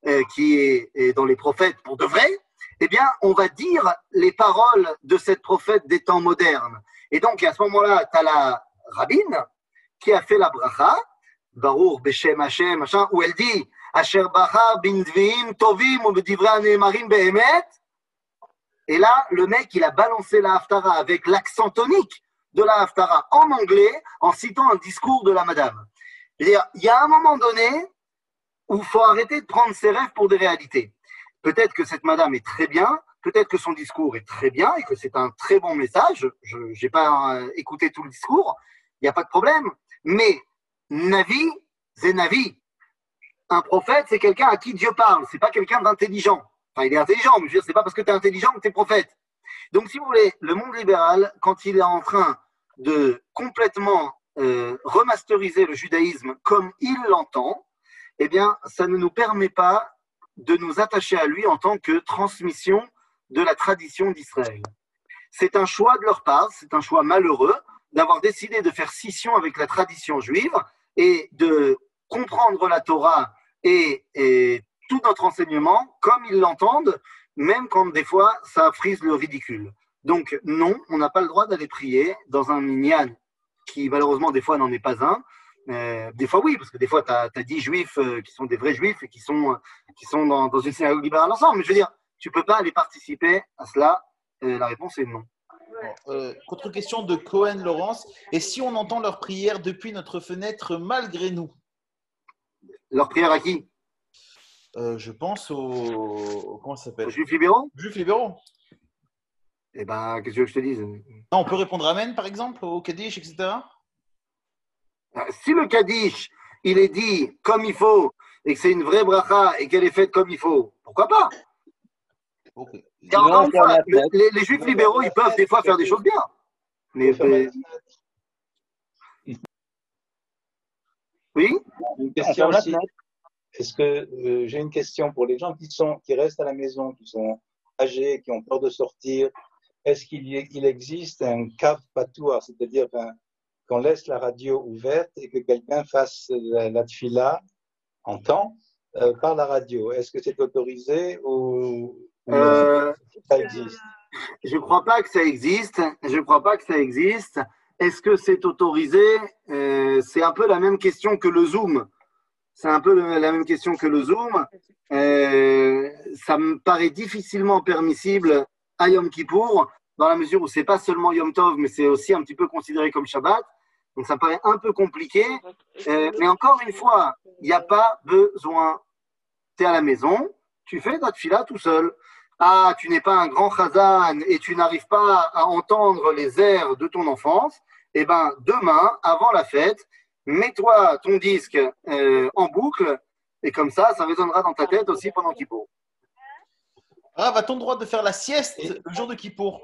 euh, qui est, est dans les prophètes pour de vrai, eh bien, on va dire les paroles de cette prophète des temps modernes. Et donc, à ce moment-là, tu as la rabbine qui a fait la bracha, Baruch Beshem Hashem, machin, où elle dit Asher Bacha bin Dviim Tovim ou B'divrei Ne'emarim Be'emet. Et là, le mec, il a balancé la Haftara avec l'accent tonique de la Haftara en anglais en citant un discours de la madame. C'est-à-dire, il y a un moment donné où il faut arrêter de prendre ses rêves pour des réalités. Peut-être que cette madame est très bien, peut-être que son discours est très bien et que c'est un très bon message. Je n'ai pas euh, écouté tout le discours, il n'y a pas de problème. Mais Navi, c'est Navi. Un prophète, c'est quelqu'un à qui Dieu parle, c'est pas quelqu'un d'intelligent. Enfin, il est intelligent, mais je veux dire, c'est pas parce que tu es intelligent que tu es prophète. Donc, si vous voulez, le monde libéral, quand il est en train de complètement euh, remasteriser le judaïsme comme il l'entend, eh bien, ça ne nous permet pas de nous attacher à lui en tant que transmission de la tradition d'Israël. C'est un choix de leur part, c'est un choix malheureux d'avoir décidé de faire scission avec la tradition juive et de comprendre la Torah et, et tout notre enseignement comme ils l'entendent, même quand des fois ça frise le ridicule. Donc non, on n'a pas le droit d'aller prier dans un minyan qui malheureusement des fois n'en est pas un. Euh, des fois oui, parce que des fois tu as dix juifs euh, qui sont des vrais juifs et qui sont, euh, qui sont dans, dans une synagogue libérale ensemble. Mais je veux dire, tu ne peux pas aller participer à cela. Euh, la réponse est non. Euh, contre-question de Cohen Laurence. Et si on entend leurs prières depuis notre fenêtre malgré nous? Leurs prières à qui? euh, Je pense aux… Comment ça s'appelle? Aux juifs libéraux? Juifs libéraux. Eh ben, qu'est-ce que tu veux que je te dise? Non, on peut répondre Amen, par exemple, au Kaddish, et cetera. Si le Kaddish, il est dit comme il faut, et que c'est une vraie bracha, et qu'elle est faite comme il faut, pourquoi pas? Okay. Et encore une fois, le, les, les juifs libéraux, ils peuvent des fois faire des choses bien. Mais, mais... Oui? Une question aussi. Est-ce que euh, j'ai une question pour les gens qui sont qui restent à la maison, qui sont âgés, qui ont peur de sortir? Est-ce qu'il y, il existe un cave patois, c'est-à-dire un, qu'on laisse la radio ouverte et que quelqu'un fasse la, la tfila en temps euh, par la radio? Est-ce que c'est autorisé ou, ou euh, ça existe? Je ne crois pas que ça existe. Je ne crois pas que ça existe. Est-ce que c'est autorisé? euh, C'est un peu la même question que le Zoom. C'est un peu le, la même question que le Zoom. Euh, ça me paraît difficilement permissible à Yom Kippour, dans la mesure où c'est pas seulement Yom Tov, mais c'est aussi un petit peu considéré comme Shabbat. Donc ça me paraît un peu compliqué. Euh, mais encore une fois, il n'y a pas besoin. Tu es à la maison, tu fais ta tfila tout seul. Ah, tu n'es pas un grand chazan et tu n'arrives pas à entendre les airs de ton enfance. Eh bien, demain, avant la fête, mets-toi ton disque euh, en boucle et comme ça, ça résonnera dans ta tête aussi pendant Kippour. Ah, va-t-on droit de faire la sieste le jour de Kippour?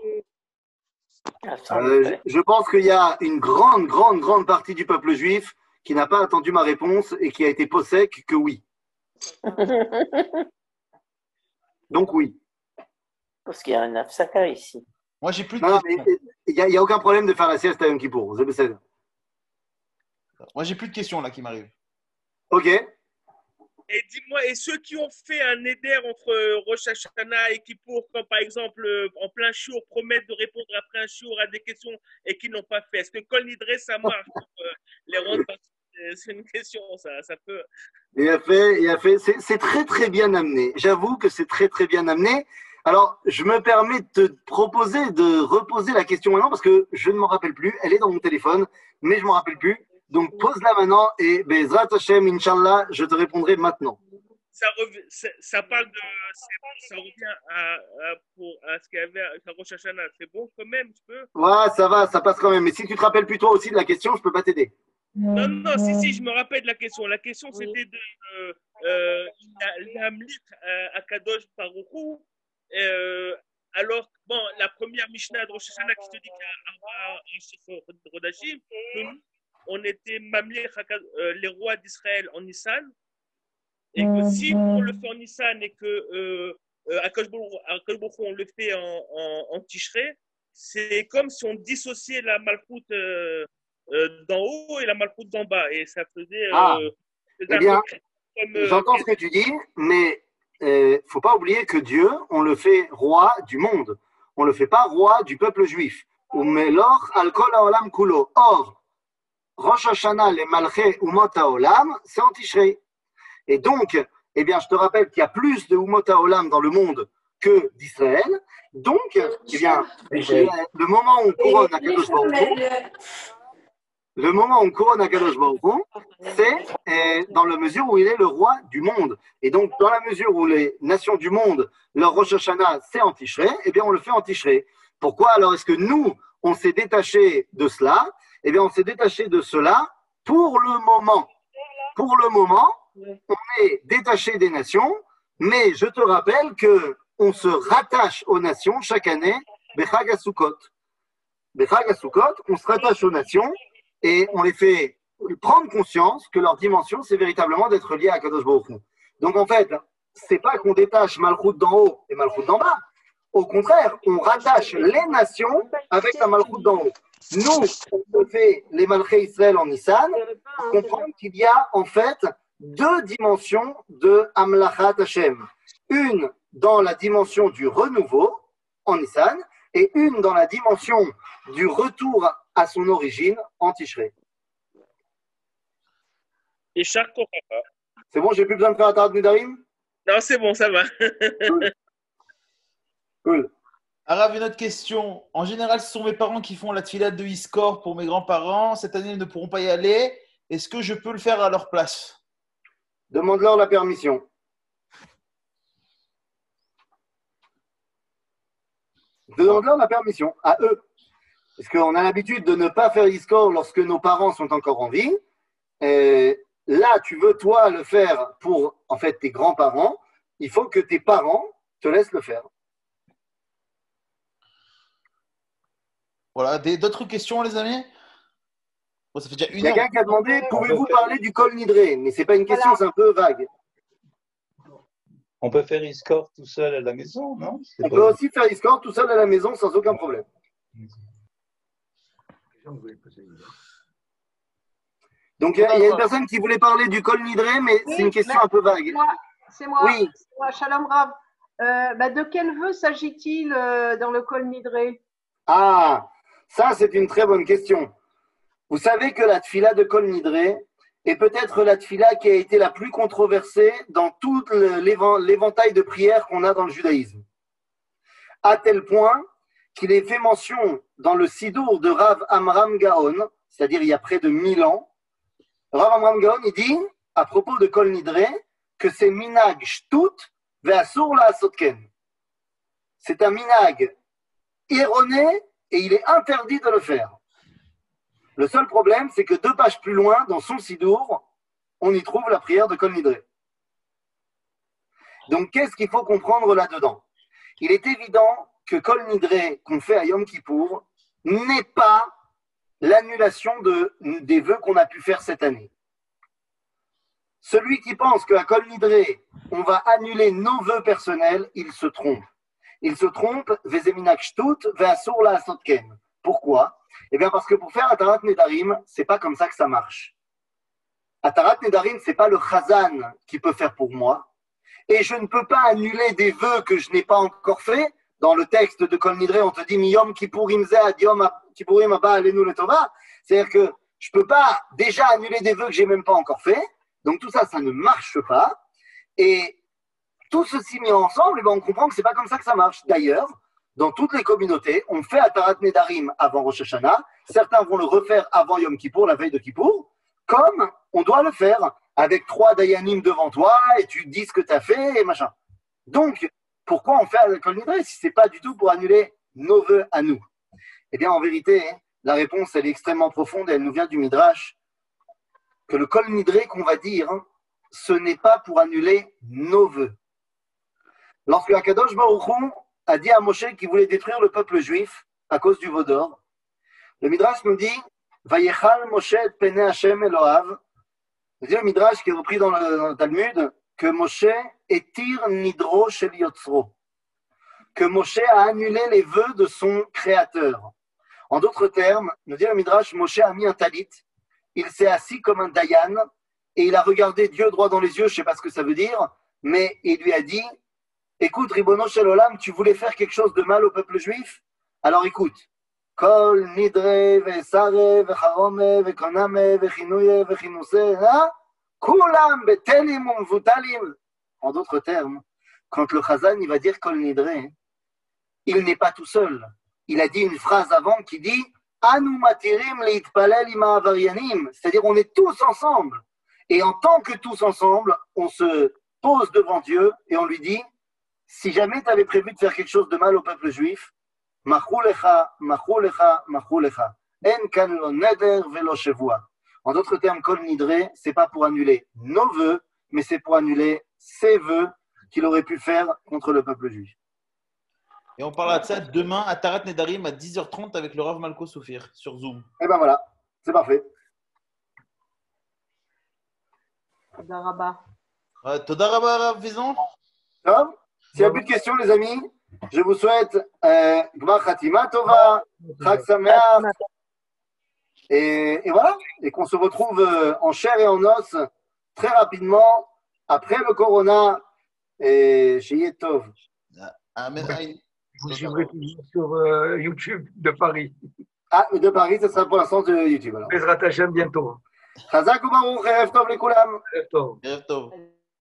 euh, Je pense qu'il y a une grande, grande, grande partie du peuple juif qui n'a pas attendu ma réponse et qui a été peau sec que oui. Donc oui. Parce qu'il y a un Afsaka ici. Moi, j'ai plus de non, questions. Il n'y a, a aucun problème de faire la sieste à Yom Kippour. Moi, j'ai plus de questions là qui m'arrivent. Ok. Et dis-moi, et ceux qui ont fait un éder entre Rosh Hashanah et Kippour, comme par exemple en plein jour, promettent de répondre après un jour à des questions et qui n'ont pas fait, est-ce que Kol Nidre, ça marche pour euh, les rendre? C'est une question, ça, ça peut. Il a fait, il a fait. C'est, c'est très très bien amené. J'avoue que c'est très très bien amené. Alors, je me permets de te proposer de reposer la question maintenant parce que je ne m'en rappelle plus. Elle est dans mon téléphone, mais je ne m'en rappelle plus. Donc, pose-la maintenant et Bezrat Hashem, Inch'Allah, je te répondrai maintenant. Ça, rev... ça, ça parle de. Ça revient à, à, pour, à ce qu'il y avait à Rosh Hashanah. C'est bon quand même, tu peux? Ouais, ça va, ça passe quand même. Mais si tu te rappelles plus toi aussi de la question, je ne peux pas t'aider. Non, non, si, si, je me rappelle de la question. La question, c'était de euh, euh, l'Amlik à Kadosh Baruch Hu. Euh, alors, bon, la première Mishnah de Rosh Hashanah qui te dit qu'il y a un Rodashim, on était Mamlir, euh, les rois d'Israël en Nissan, et que si on le fait en Nissan et que euh, euh, à Kadosh Baruch Hu, on le fait en, en, en Tishrei, c'est comme si on dissociait la malchoute euh, euh, d'en haut et la malchoute d'en bas, et ça faisait. Euh, ah, eh bien, comme, j'entends euh, ce que tu dis, mais ne faut pas oublier que Dieu, on le fait roi du monde. On ne le fait pas roi du peuple juif. Umelor al kol haolam kulo. Or, Rosh Hashanah le malché umot haolam, c'est en Tishrei. Et donc, eh bien, je te rappelle qu'il y a plus de umot haolam dans le monde que d'Israël. Donc, eh bien, le moment où on couronne Akadosh Baruch Hu, le moment où on couronne Akadosh Baruch Hu, c'est eh, dans la mesure où il est le roi du monde. Et donc, dans la mesure où les nations du monde, leur Rosh Hashanah, c'est en Tishrei, eh bien, on le fait en Tishrei. Pourquoi alors est-ce que nous, on s'est détaché de cela? Eh bien, on s'est détaché de cela pour le moment. Pour le moment, on est détaché des nations, mais je te rappelle que on se rattache aux nations chaque année, Bechag HaSukkot. Bechag HaSukkot, on se rattache aux nations et on les fait prendre conscience que leur dimension, c'est véritablement d'être lié à Kadosh Baruch Hu. Donc en fait, c'est pas qu'on détache Malchut d'en haut et Malchut d'en bas. Au contraire, on rattache les nations avec la Malchut d'en haut. Nous, on fait les Malchei Israël en Nissan pour comprendre qu'il y a en fait deux dimensions de Amlachat Hashem. Une dans la dimension du renouveau en Nissan et une dans la dimension du retour à son origine en Tishrei. Et chaque Korah. C'est bon, j'ai plus besoin de faire la Tarat Nedarim? Non, c'est bon, ça va. Cool. Cool. Arav, une autre question. En général, ce sont mes parents qui font la tfila de Iskor pour mes grands-parents. Cette année, ils ne pourront pas y aller. Est-ce que je peux le faire à leur place? Demande-leur la permission. Demande-leur la permission, à eux. Parce qu'on a l'habitude de ne pas faire Iskor lorsque nos parents sont encore en vie. Et là, tu veux, toi, le faire pour, en fait, tes grands-parents. Il faut que tes parents te laissent le faire. Voilà, des- d'autres questions, les amis? Bon, ça fait déjà Il une y a heure. quelqu'un qui a demandé, pouvez-vous parler du Kol Nidré? Mais ce n'est pas une question, c'est un peu vague. On peut faire Iskor tout seul à la maison, non? C'est On pas- peut aussi faire Iskor tout seul à la maison sans aucun problème. Donc, il y, a il y a une personne qui voulait parler du Kol Nidré, mais Oui, c'est une question mais un peu vague. c'est moi, c'est moi, Oui. c'est moi, Shalom Rav. Euh, bah, de quel vœu s'agit-il euh, dans le Kol Nidré? Ah, ça, c'est une très bonne question. Vous savez que la tfila de Kol Nidré est peut-être la tfila qui a été la plus controversée dans tout le- l'évan- l'éventail de prières qu'on a dans le judaïsme. À tel point qu'il est fait mention dans le Sidour de Rav Amram Gaon, c'est-à-dire il y a près de mille ans. Rav Amram Gaon, il dit, à propos de Kol Nidré, que c'est minag shtut ve'asur la'asotken. C'est un minag erroné et il est interdit de le faire. Le seul problème, c'est que deux pages plus loin, dans son Sidour, on y trouve la prière de Kol Nidré. Donc, qu'est-ce qu'il faut comprendre là-dedans? Il est évident que Kol Nidré qu'on fait à Yom Kippour n'est pas l'annulation de, des vœux qu'on a pu faire cette année. Celui qui pense qu'à Kol Nidré, on va annuler nos vœux personnels, il se trompe. Il se trompe, Vezeminak Shtut, Ve'asur la'asotken. Pourquoi? Eh bien, parce que pour faire Atarat Nedarim, c'est pas comme ça que ça marche. Atarat Nedarim, c'est pas le Chazan qui peut faire pour moi. Et je ne peux pas annuler des vœux que je n'ai pas encore faits. Dans le texte de Kol Nidré, on te dit Miyom Kippourim Ze ad Yom Kippourim Haba Alenu Letova. C'est-à-dire que je ne peux pas déjà annuler des vœux que je n'ai même pas encore faits. Donc tout ça, ça ne marche pas. Et tout ceci mis ensemble, eh bien, on comprend que ce n'est pas comme ça que ça marche. D'ailleurs, dans toutes les communautés, on fait Atarat Nedarim avant Rosh Hashanah. Certains vont le refaire avant Yom Kippour, la veille de Kippour, comme on doit le faire avec trois dayanim devant toi et tu dis ce que tu as fait et machin. Donc, pourquoi on fait le Kol Nidré si ce n'est pas du tout pour annuler nos vœux à nous? Eh bien, en vérité, la réponse, elle est extrêmement profonde et elle nous vient du Midrash, que le Kol Nidré qu'on va dire, ce n'est pas pour annuler nos vœux. Lorsque Akadosh Baruch Hu a dit à Moshe qu'il voulait détruire le peuple juif à cause du veau d'or, le Midrash nous dit Vayechal Moshe et Pene Hashem Eloav. C'est le Midrash qui est repris dans le, dans le Talmud que Moshe etir nidro shel yotzro, que Moshe a annulé les vœux de son créateur. En d'autres termes, nous dit le Midrash, Moshe a mis un talit, il s'est assis comme un dayan et il a regardé Dieu droit dans les yeux, je ne sais pas ce que ça veut dire, mais il lui a dit, écoute, Ribono Shel Olam, tu voulais faire quelque chose de mal au peuple juif? Alors écoute. Kol nidre ve'sare ve'charome ve'koname ve'chinouye ve'chinousse, kulam betelim umvutalim. En d'autres termes, quand le Chazan il va dire Kol nidre, il n'est pas tout seul. Il a dit une phrase avant qui dit Anu matirim leitpalel ima avarianim, c'est-à-dire on est tous ensemble. Et en tant que tous ensemble, on se pose devant Dieu et on lui dit si jamais tu avais prévu de faire quelque chose de mal au peuple juif, Machou lecha, machou lecha, machou lecha. En kan lo neder velo shevua. En d'autres termes, Kol nidre, c'est pas pour annuler nos vœux, mais c'est pour annuler ses vœux qu'il aurait pu faire contre le peuple juif. Et on parlera de ça demain à Tarat Nedarim à dix heures trente avec le Rav Malko Soufir sur Zoom. Et ben voilà, c'est parfait. Toda Rabba. Euh, Toda Rabba, Rav Vizon. S'il n'y a plus de questions, les amis, je vous souhaite Gmar Khatima Tova, Chag Sameach, et, et voilà, et qu'on se retrouve en chair et en os très rapidement après le Corona et chez Tov. Amen. Vous suivrez toujours sur euh, YouTube de Paris. Ah, de Paris, ça sera pour l'instant de YouTube. Alors. Bezrat Hashem bientôt. Chazak ou Baruch, Erev Tov les Kulam. Erev Tov. Erev Tov.